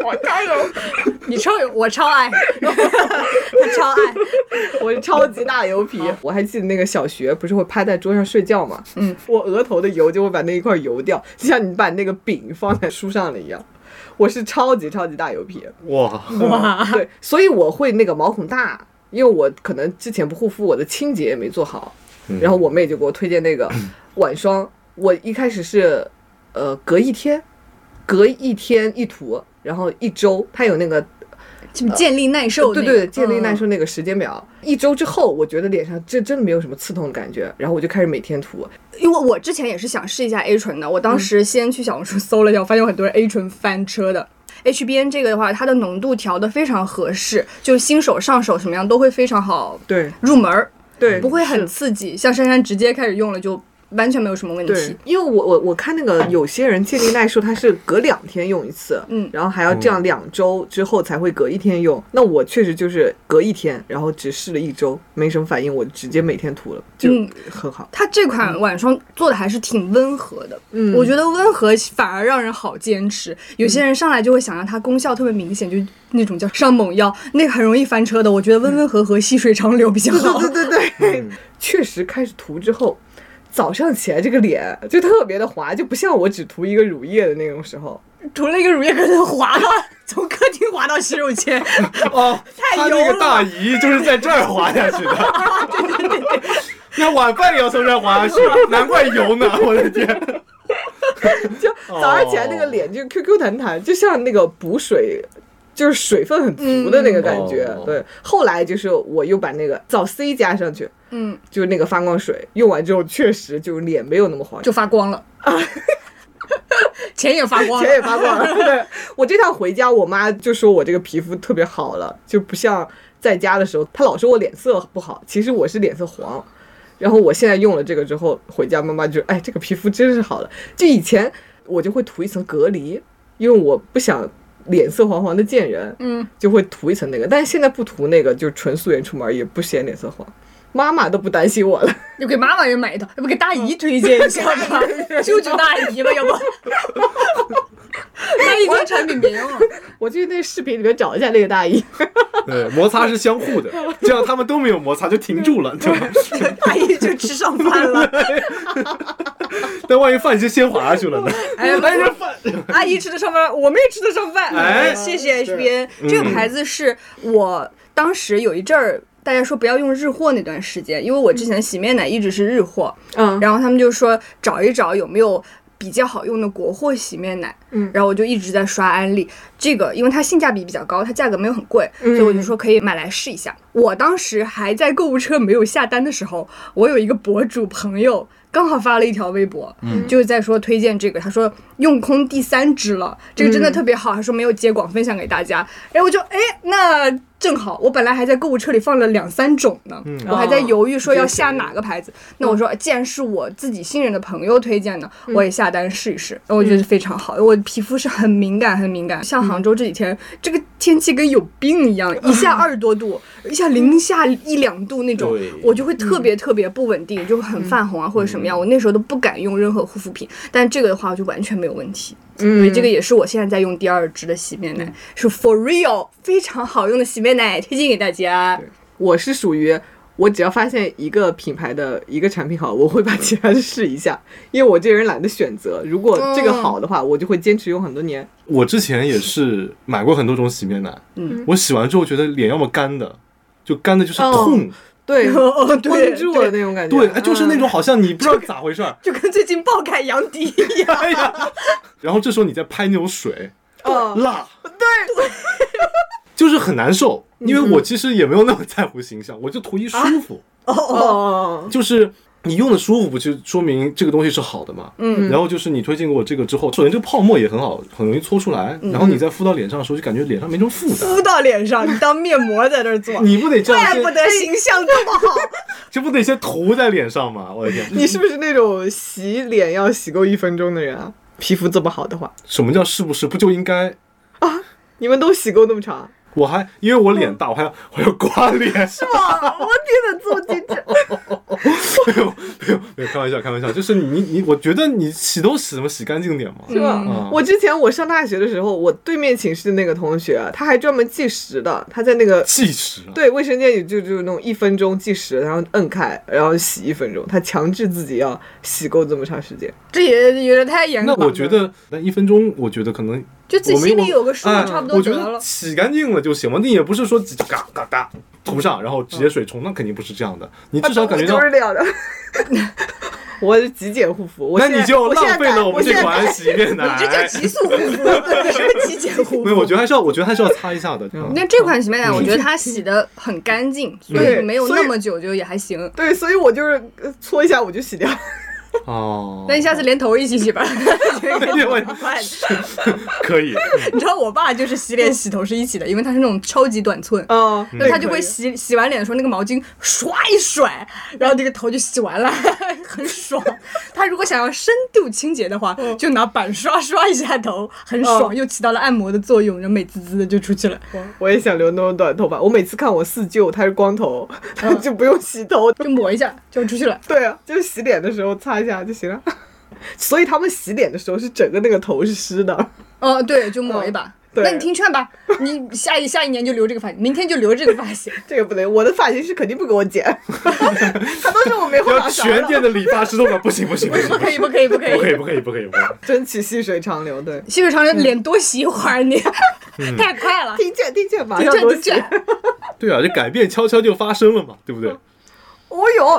我超有，你超有，我超爱，他超爱， 我是超级大油皮。我还记得那个小学不是会趴在桌上睡觉嘛，我额头的油就会把那一块油掉，就像你把那个饼放在书上了一样。我是超级大油皮。 哇， 对，所以我会那个毛孔大，因为我可能之前不护肤，我的清洁也没做好，然后我妹就给我推荐那个晚霜。我一开始是隔一天一涂，然后1周，它有那个健力耐受、 对，健力耐受那个时间表。1周之后，我觉得脸上真的没有什么刺痛的感觉，然后我就开始每天涂。 因为我之前也是想试一下 A 醇的，我当时先去小红书搜了一下，我发现有很多人 A 醇翻车的。HBN 这个的话，它的浓度调得非常合适，就新手上手什么样都会非常好， 对， 入门， 对， 不会很刺激。像珊珊直接开始用了就完全没有什么问题。 对，因为我看那个有些人健力耐受，它是隔2天用一次，然后还要这样2周之后才会隔1天用。那我确实就是隔1天，然后只试了1周，没什么反应，我直接每天涂了，就很好。 它这款晚霜做的还是挺温和的，我觉得温和反而让人好坚持。有些人上来就会想让它功效特别明显，就那种叫上猛药，那个很容易翻车的。我觉得温温和和、细水长流比较好。 对，确实开始涂之后。早上起来这个脸就特别的滑，就不像我只涂一个乳液的那种时候， 涂了一个乳液可能滑了，从客厅滑到洗手间。 哦， 太油了。 他那个大姨就是在这儿滑下去的。对。那晚饭也要从这儿滑下去，难怪油呢！我的天。 就早上起来那个脸就 QQ 弹弹，就像那个补水。就是水分很足的那个感觉，对。后来就是我又把那个皂 C 加上去，就是那个发光水，用完之后确实就脸没有那么黄， 就发光了啊，钱也发光了， 对，我这趟回家，我妈就说我这个皮肤特别好了，就不像在家的时候，她老说我脸色不好，其实我是脸色黄。然后我现在用了这个之后，回家妈妈就这个皮肤真是好了。就以前我就会涂一层隔离，因为我不想。脸色黄黄的见人，就会涂一层那个，但是现在不涂那个，就纯素颜出门也不嫌脸色黄，妈妈都不担心我了。 就给妈妈也买一套，要不给大姨推荐一下吧？舅舅大姨吧，要不？大姨跟产品别用了。 我去那视频里面找一下那个大姨。 对，摩擦是相互的，这样他们都没有摩擦就停住了，对吧？ 大姨就吃上饭了。 但万一饭就先滑下去了呢？ 这饭，阿姨吃得上饭，我们也吃得上饭。谢谢 HBN，这个牌子是我当时有一阵儿。大家说不要用日货那段时间，因为我之前洗面奶一直是日货，然后他们就说找一找有没有比较好用的国货洗面奶，然后我就一直在刷安利这个，因为它性价比比较高，它价格没有很贵，所以我就说可以买来试一下。我当时还在购物车没有下单的时候，我有一个博主朋友刚好发了一条微博，就是在说推荐这个，他说用空第3支了，这个真的特别好，他说没有接广分享给大家，然后我就那正好，我本来还在购物车里放了2-3种呢，我还在犹豫说要下哪个牌子。那我说，既然是我自己信任的朋友推荐的，我也下单试一试。我觉得非常好，我皮肤是很敏感，很敏感。像杭州这几天，这个天气跟有病一样，一下20多度，一下零下1-2度那种，我就会特别不稳定，就会很泛红啊或者什么样。我那时候都不敢用任何护肤品，但这个的话我就完全没有问题。所以这个也是我现在在用第2支的洗面奶，是 For Real 非常好用的洗面奶，推荐给大家。 我是属于我只要发现一个品牌的一个产品好，我会把其他的试一下，因为我这个人懒得选择，如果这个好的话，我就会坚持用很多年。 我之前也是买过很多种洗面奶，我洗完之后觉得脸要么干的，就干的就是痛。 对，绷住了那种感觉。 对，就是那种好像你不知道咋回事， 就跟最近爆开阳底一样。 然后这时候你再拍那种水，辣， 对， 就是很难受。因为我其实也没有那么在乎形象，我就图一舒服。就是你用的舒服，不就说明这个东西是好的嘛？然后就是你推荐给我这个之后，首先这个泡沫也很好，很容易搓出来。然后你再敷到脸上的时候，就感觉脸上没这种负担。 敷到脸上，你当面膜在那儿做， 你不得这样？ 怪不得形象这么好， 这不得先涂在脸上吗？我的天！ 你是不是那种洗脸要洗够1分钟的人啊？皮肤这么好的话， 什么叫是不是？不就应该啊？你们都洗够那么长？ 因为我脸大，我还要刮脸， 是吗？我天哪，这么精致！ 没有，开玩笑，就是我觉得你洗都洗干净点嘛， 是吧？我之前上大学的时候，我对面寝室那个同学，他还专门计时的，他在那个计时， 对，卫生间里就那种1分钟计时，然后摁开，然后洗1分钟，他强制自己要洗够这么长时间， 这也有点太严格了。 那我觉得那1分钟，我觉得可能就自己心里有个数，差不多得了。 我觉得洗干净了就行了，你也不是说嘎嘎嘎涂上，然后直接水冲，那肯定不是这样的。你至少感觉到就是这样的。我是极简护肤， 那你就浪费了我们这款洗面奶。 你这叫极速护肤，什么极简护肤？ 没有，我觉得还是要擦一下的。 那这款洗面奶，我觉得它洗的很干净，所以没有那么久就也还行。 对，所以我就是搓一下我就洗掉。 哦， 那你下次连头一起洗吧， 可以。 你知道我爸就是洗脸洗头是一起的，因为他是那种超级短寸，那他就会洗完脸的时候那个毛巾刷一甩，然后这个头就洗完了，很爽。他如果想要深度清洁的话，就拿板刷一下头，很爽，又起到了按摩的作用，然后美滋滋的就出去了。 我也想留那种短头发，我每次看我4舅他是光头，就不用洗头， 就抹一下就出去了。 对啊，就是洗脸的时候擦一下就行了。所以他们洗脸的时候是整个那个头是湿的。 对，就抹一把。那你听劝吧，你下一年就留这个发型，明天就留这个发型。 这个不对，我的发型师肯定不给我剪，他都说我没话说。 全店的理发师都说不行，不可以， 争取细水长流。对， 细水长流，脸多洗一会儿，你太快了。 听劝，马上多洗。 对啊，这改变悄悄就发生了嘛，对不对？ 哦哟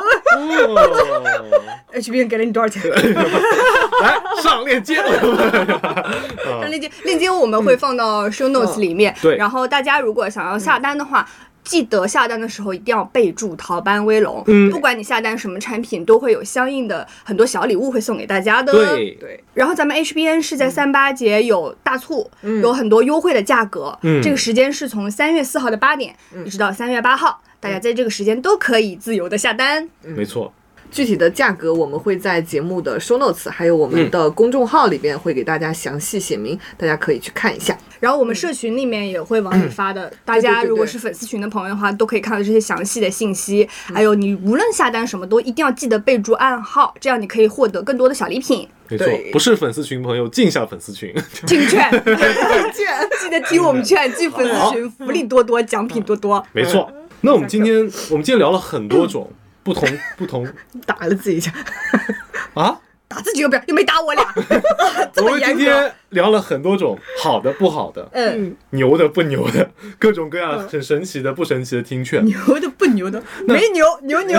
，HBN 给了你多少钱？ 来上链接， 上链接我们会放到 show notes 里面。 对， 然后大家如果想要下单的话，记得下单的时候一定要备注淘班威龙。不管你下单什么产品，都会有相应的很多小礼物会送给大家的。 对。 然后咱们 HBN 是在38节有大促，有很多优惠的价格。这个时间是从3月4号的8点，一直到3月8号。大家在这个时间都可以自由的下单。 没错。 具体的价格我们会在节目的 show notes 还有我们的公众号里边会给大家详细写明，大家可以去看一下。 然后我们社群里面也会往里发的，大家如果是粉丝群的朋友的话，都可以看到这些详细的信息。还有你无论下单什么都一定要记得备注暗号，这样你可以获得更多的小礼品。 没错，不是粉丝群朋友进下粉丝群， 听劝，记得听我们劝，进粉丝群，福利多多，奖品多多。 没错。那我们今天聊了很多种不同打了自己一下啊， 打自己又不要，又没打我俩。 我们今天聊了很多种好的不好的，牛的不牛的，各种各样很神奇的不神奇的听劝， 牛的不牛的，没牛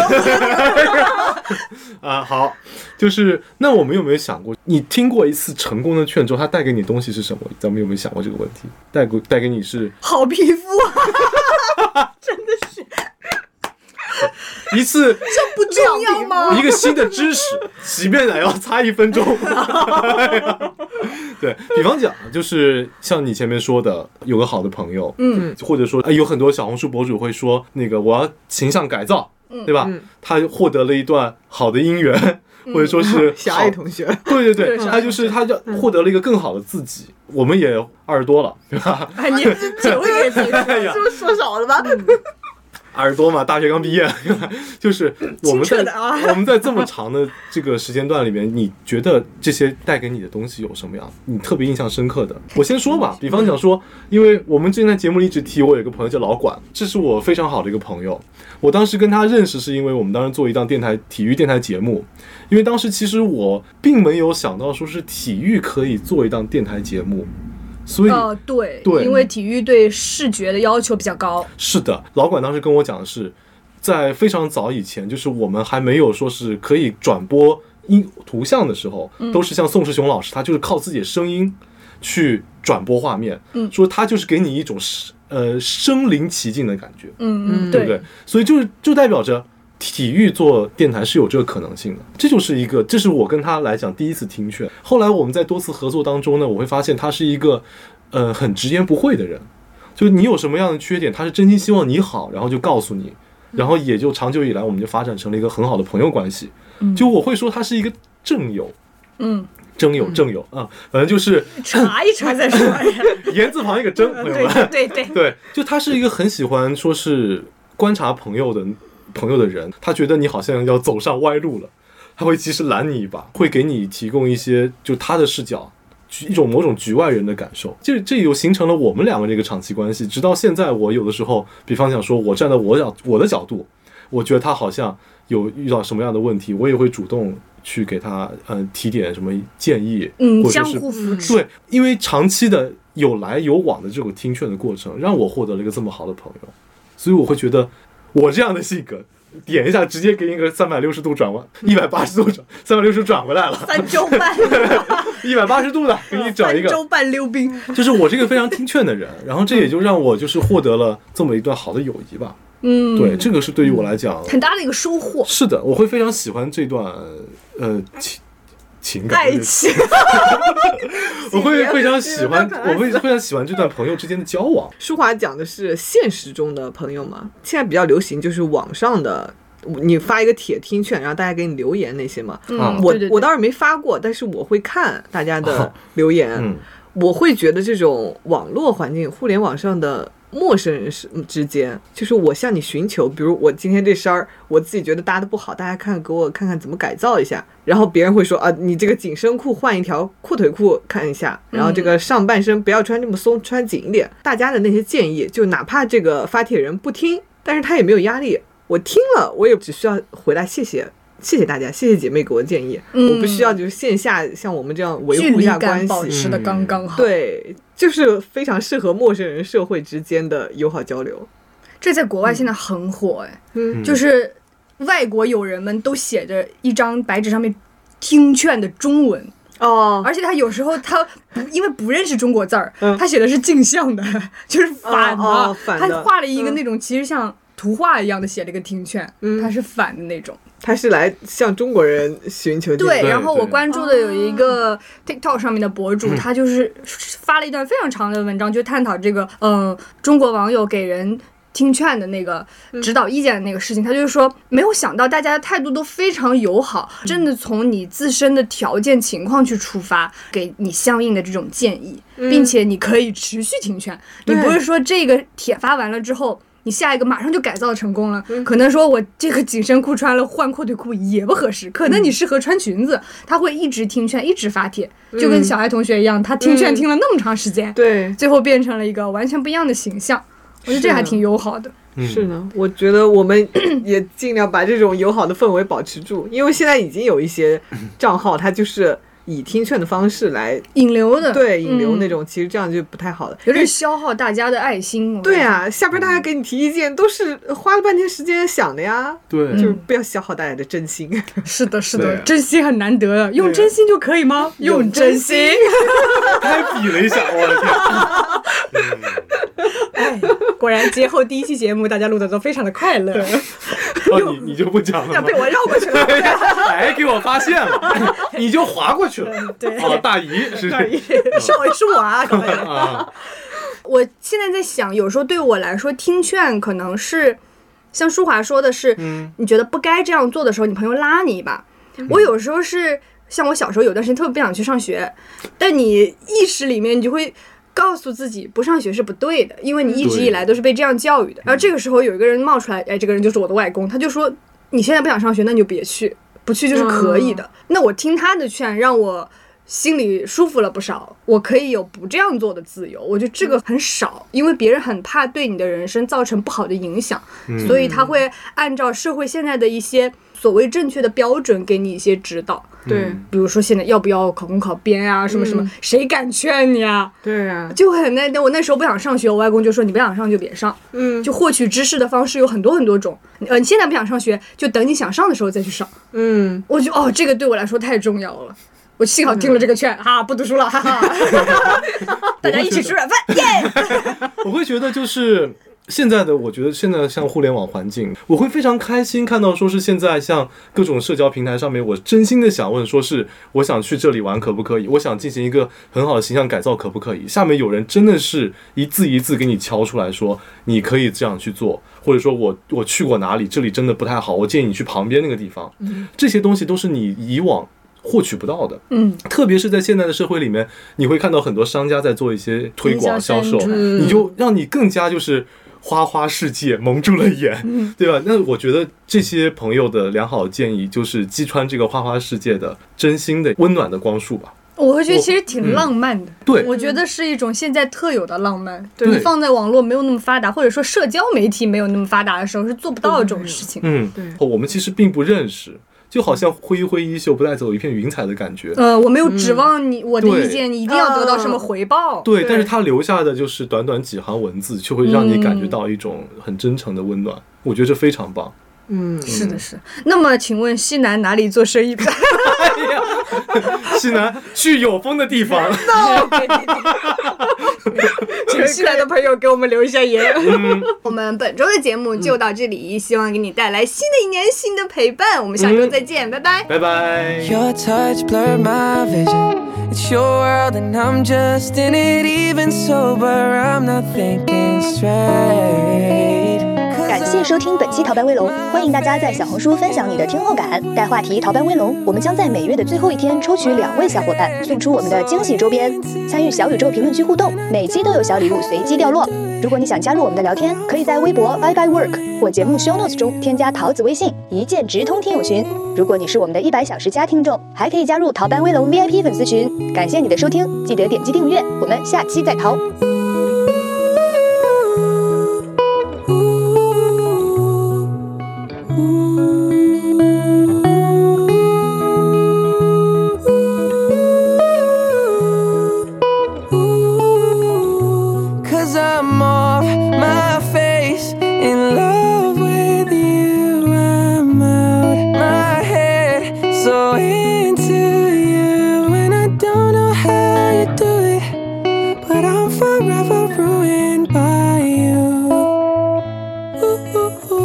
啊，好，就是那我们有没有想过，你听过一次成功的劝之后，它带给你东西是什么？咱们有没有想过这个问题？带给你是好皮肤。真的是一次， 这不重要吗？ 一个新的知识，洗面奶要擦1分钟。对，比方讲，就是像你前面说的，有个好的朋友，或者说有很多小红书博主会说，那个我要形象改造，对吧？他获得了一段好的姻缘。或者说是小爱同学， 对，他就获得了一个更好的自己。我们也20多了，对吧？ 你只会给自己是不是说少了吧 ？20多嘛，大学刚毕业，就是我们在这么长的这个时间段里面，你觉得这些带给你的东西有什么样你特别印象深刻的？我先说吧，比方讲说，因为我们之前在节目里一直提，我有一个朋友叫老管，这是我非常好的一个朋友。我当时跟他认识是因为我们当时做一档体育电台节目，因为当时其实我并没有想到说是体育可以做一档电台节目。所以对，因为体育对视觉的要求比较高。 是的，老管当时跟我讲的是，在非常早以前，就是我们还没有说是可以转播图像的时候，都是像宋世雄老师，他就是靠自己的声音去转播画面，说他就是给你一种身临其境的感觉，对不对？所以就代表着体育做电台是有这个可能性的，这是我跟他来讲第一次听劝。后来我们在多次合作当中呢，我会发现他是一个很直言不讳的人，就是你有什么样的缺点，他是真心希望你好，然后就告诉你，然后也就长久以来我们就发展成了一个很好的朋友关系。就我会说他是一个正友， 正有啊，反正就是查一查再说呀。 言字旁一个真，朋友们， 对， 就他是一个很喜欢说是观察朋友的人，他觉得你好像要走上歪路了，他会及时拦你一把，会给你提供一些就他的视角，一种某种局外人的感受。这又形成了我们两个这个长期关系，直到现在，我有的时候，比方讲说，我站在我的角度，我觉得他好像有遇到什么样的问题，我也会主动去给他提点什么建议，或者相互扶持。 对，因为长期的有来有往的这种听劝的过程，让我获得了一个这么好的朋友，所以我会觉得我这样的性格，点一下直接给你一个360度转弯，180度转，360度转回来了 ，3周半 ，180度的给你整一个 3周半溜冰， 就是我这个非常听劝的人，然后这也就让我就是获得了这么一段好的友谊吧。对，这个是对于我来讲很大的一个收获。 是的，我会非常喜欢这段情感爱情我会非常喜欢这段朋友之间的交往。 舒华讲的是现实中的朋友嘛，现在比较流行就是网上的，你发一个帖听劝，然后大家给你留言那些嘛。我倒是没发过，但是我会看大家的留言。我会觉得这种网络环境，互联网上的陌生人之间，就是我向你寻求，比如我今天这身儿，我自己觉得搭的不好，大家给我看看怎么改造一下。然后别人会说啊，你这个紧身裤换一条阔腿裤看一下，然后这个上半身不要穿这么松，穿紧一点。大家的那些建议，就哪怕这个发帖人不听，但是他也没有压力，我听了我也只需要回来谢谢大家，谢谢姐妹给我建议，我不需要就是线下像我们这样维护一下关系， 保持的刚刚好。 对，就是非常适合陌生人社会之间的友好交流。 这在国外现在很火就是外国友人们都写着一张白纸上面听劝的中文而且他有时候他因为不认识中国字儿，他写的是镜像的，就是反的，他画了一个那种其实像图画一样的写了一个听劝，他是反的那种， 他是来向中国人寻求对。然后我关注的有一个 TikTok 上面的博主，他就是发了一段非常长的文章，就探讨这个中国网友给人听劝的那个指导意见的那个事情。他就是说，没有想到大家的态度都非常友好，真的从你自身的条件情况去出发，给你相应的这种建议，并且你可以持续听劝。你不是说这个帖发完了之后，你下一个马上就改造成功了，可能说我这个紧身裤穿了换阔腿裤也不合适，可能你适合穿裙子，他会一直听劝一直发帖，就跟小爱同学一样，他听劝听了那么长时间， 对， 最后变成了一个完全不一样的形象。我觉得这还挺友好的。 是呢，我觉得我们也尽量把这种友好的氛围保持住，因为现在已经有一些账号它就是以听劝的方式来引流的， 对，引流那种，其实这样就不太好了， 有点消耗大家的爱心。 对啊，下边大家给你提意见都是花了半天时间想的呀， 对， 就是不要消耗大家的真心。 是的，是的，真心很难得的，用真心就可以吗？用真心。 还比了一下，我的天！ 哎，果然节后第一期节目大家录的都非常的快乐。 你就不讲了吗？ 要被我绕过去了， 哎，给我发现了，你就划过去了。 对， 大姨是大姨，少爷是我啊，各位。我现在在想，有时候对我来说，听劝可能是像舒华说的是，你觉得不该这样做的时候，你朋友拉你一把。我有时候是像我小时候有段时间特别不想去上学，但你意识里面你就会告诉自己不上学是不对的，因为你一直以来都是被这样教育的。然后这个时候有一个人冒出来，哎，这个人就是我的外公，他就说你现在不想上学，那你就别去，不去就是可以的。那我听他的劝，让我心里舒服了不少，我可以有不这样做的自由。我觉得这个很少，因为别人很怕对你的人生造成不好的影响，所以他会按照社会现在的一些所谓正确的标准给你一些指导。 对， 比如说现在要不要考公考编啊，什么什么，谁敢劝你啊？ 对啊， 就很我那时候不想上学，我外公就说你不想上就别上。就获取知识的方式有很多很多种。你现在不想上学，就等你想上的时候再去上。我觉得这个对我来说太重要了。我幸好听了这个劝，不读书了，哈哈。大家一起吃软饭，耶！ 我会觉得就是现在的，我觉得现在像互联网环境，我会非常开心看到说是现在像各种社交平台上面，我真心的想问说是我想去这里玩可不可以，我想进行一个很好的形象改造可不可以，下面有人真的是一字一字给你敲出来说你可以这样去做，或者说我去过哪里，这里真的不太好，我建议你去旁边那个地方。这些东西都是你以往获取不到的。特别是在现在的社会里面，你会看到很多商家在做一些推广销售，你就让你更加就是花花世界蒙住了眼，对吧？那我觉得这些朋友的良好建议就是击穿这个花花世界的真心的温暖的光束吧。 我会觉得其实挺浪漫的， 对， 我觉得是一种现在特有的浪漫。对，你放在网络没有那么发达，或者说社交媒体没有那么发达的时候，是做不到这种事情。 对， 我们其实并不认识，就好像挥挥衣袖，不带走一片云彩的感觉。 我没有指望我的意见你一定要得到什么回报。 对，但是他留下的就是短短几行文字，就会让你感觉到一种很真诚的温暖。我觉得这非常棒。 是的，是。那么，请问西南哪里做生意？ 西南去有风的地方。 请西南的朋友给我们留一下言。我们本周的节目就到这里，希望给你带来新的一年新的陪伴。我们下周再见，拜拜， 拜拜。 Your touch blurred my vision. It's your world and I'm just in it. Even sober, I'm not thinking straight. 感谢收听本期逃班威龙，欢迎大家在小红书分享你的听后感，带话题逃班威龙。我们将在每月的最后一天抽取2位小伙伴，送出我们的惊喜周边。参与小宇宙评论区互动，每期都有小礼物随机掉落。如果你想加入我们的聊天，可以在微博 Bye Bye Work 或节目 show notes 中添加桃子微信，一键直通听友群。如果你是我们的100小时加听众，还可以加入逃班威龙 VIP 粉丝群。感谢你的收听，记得点击订阅，我们下期再逃。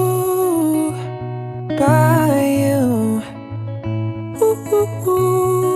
By you. Ooh, ooh, ooh.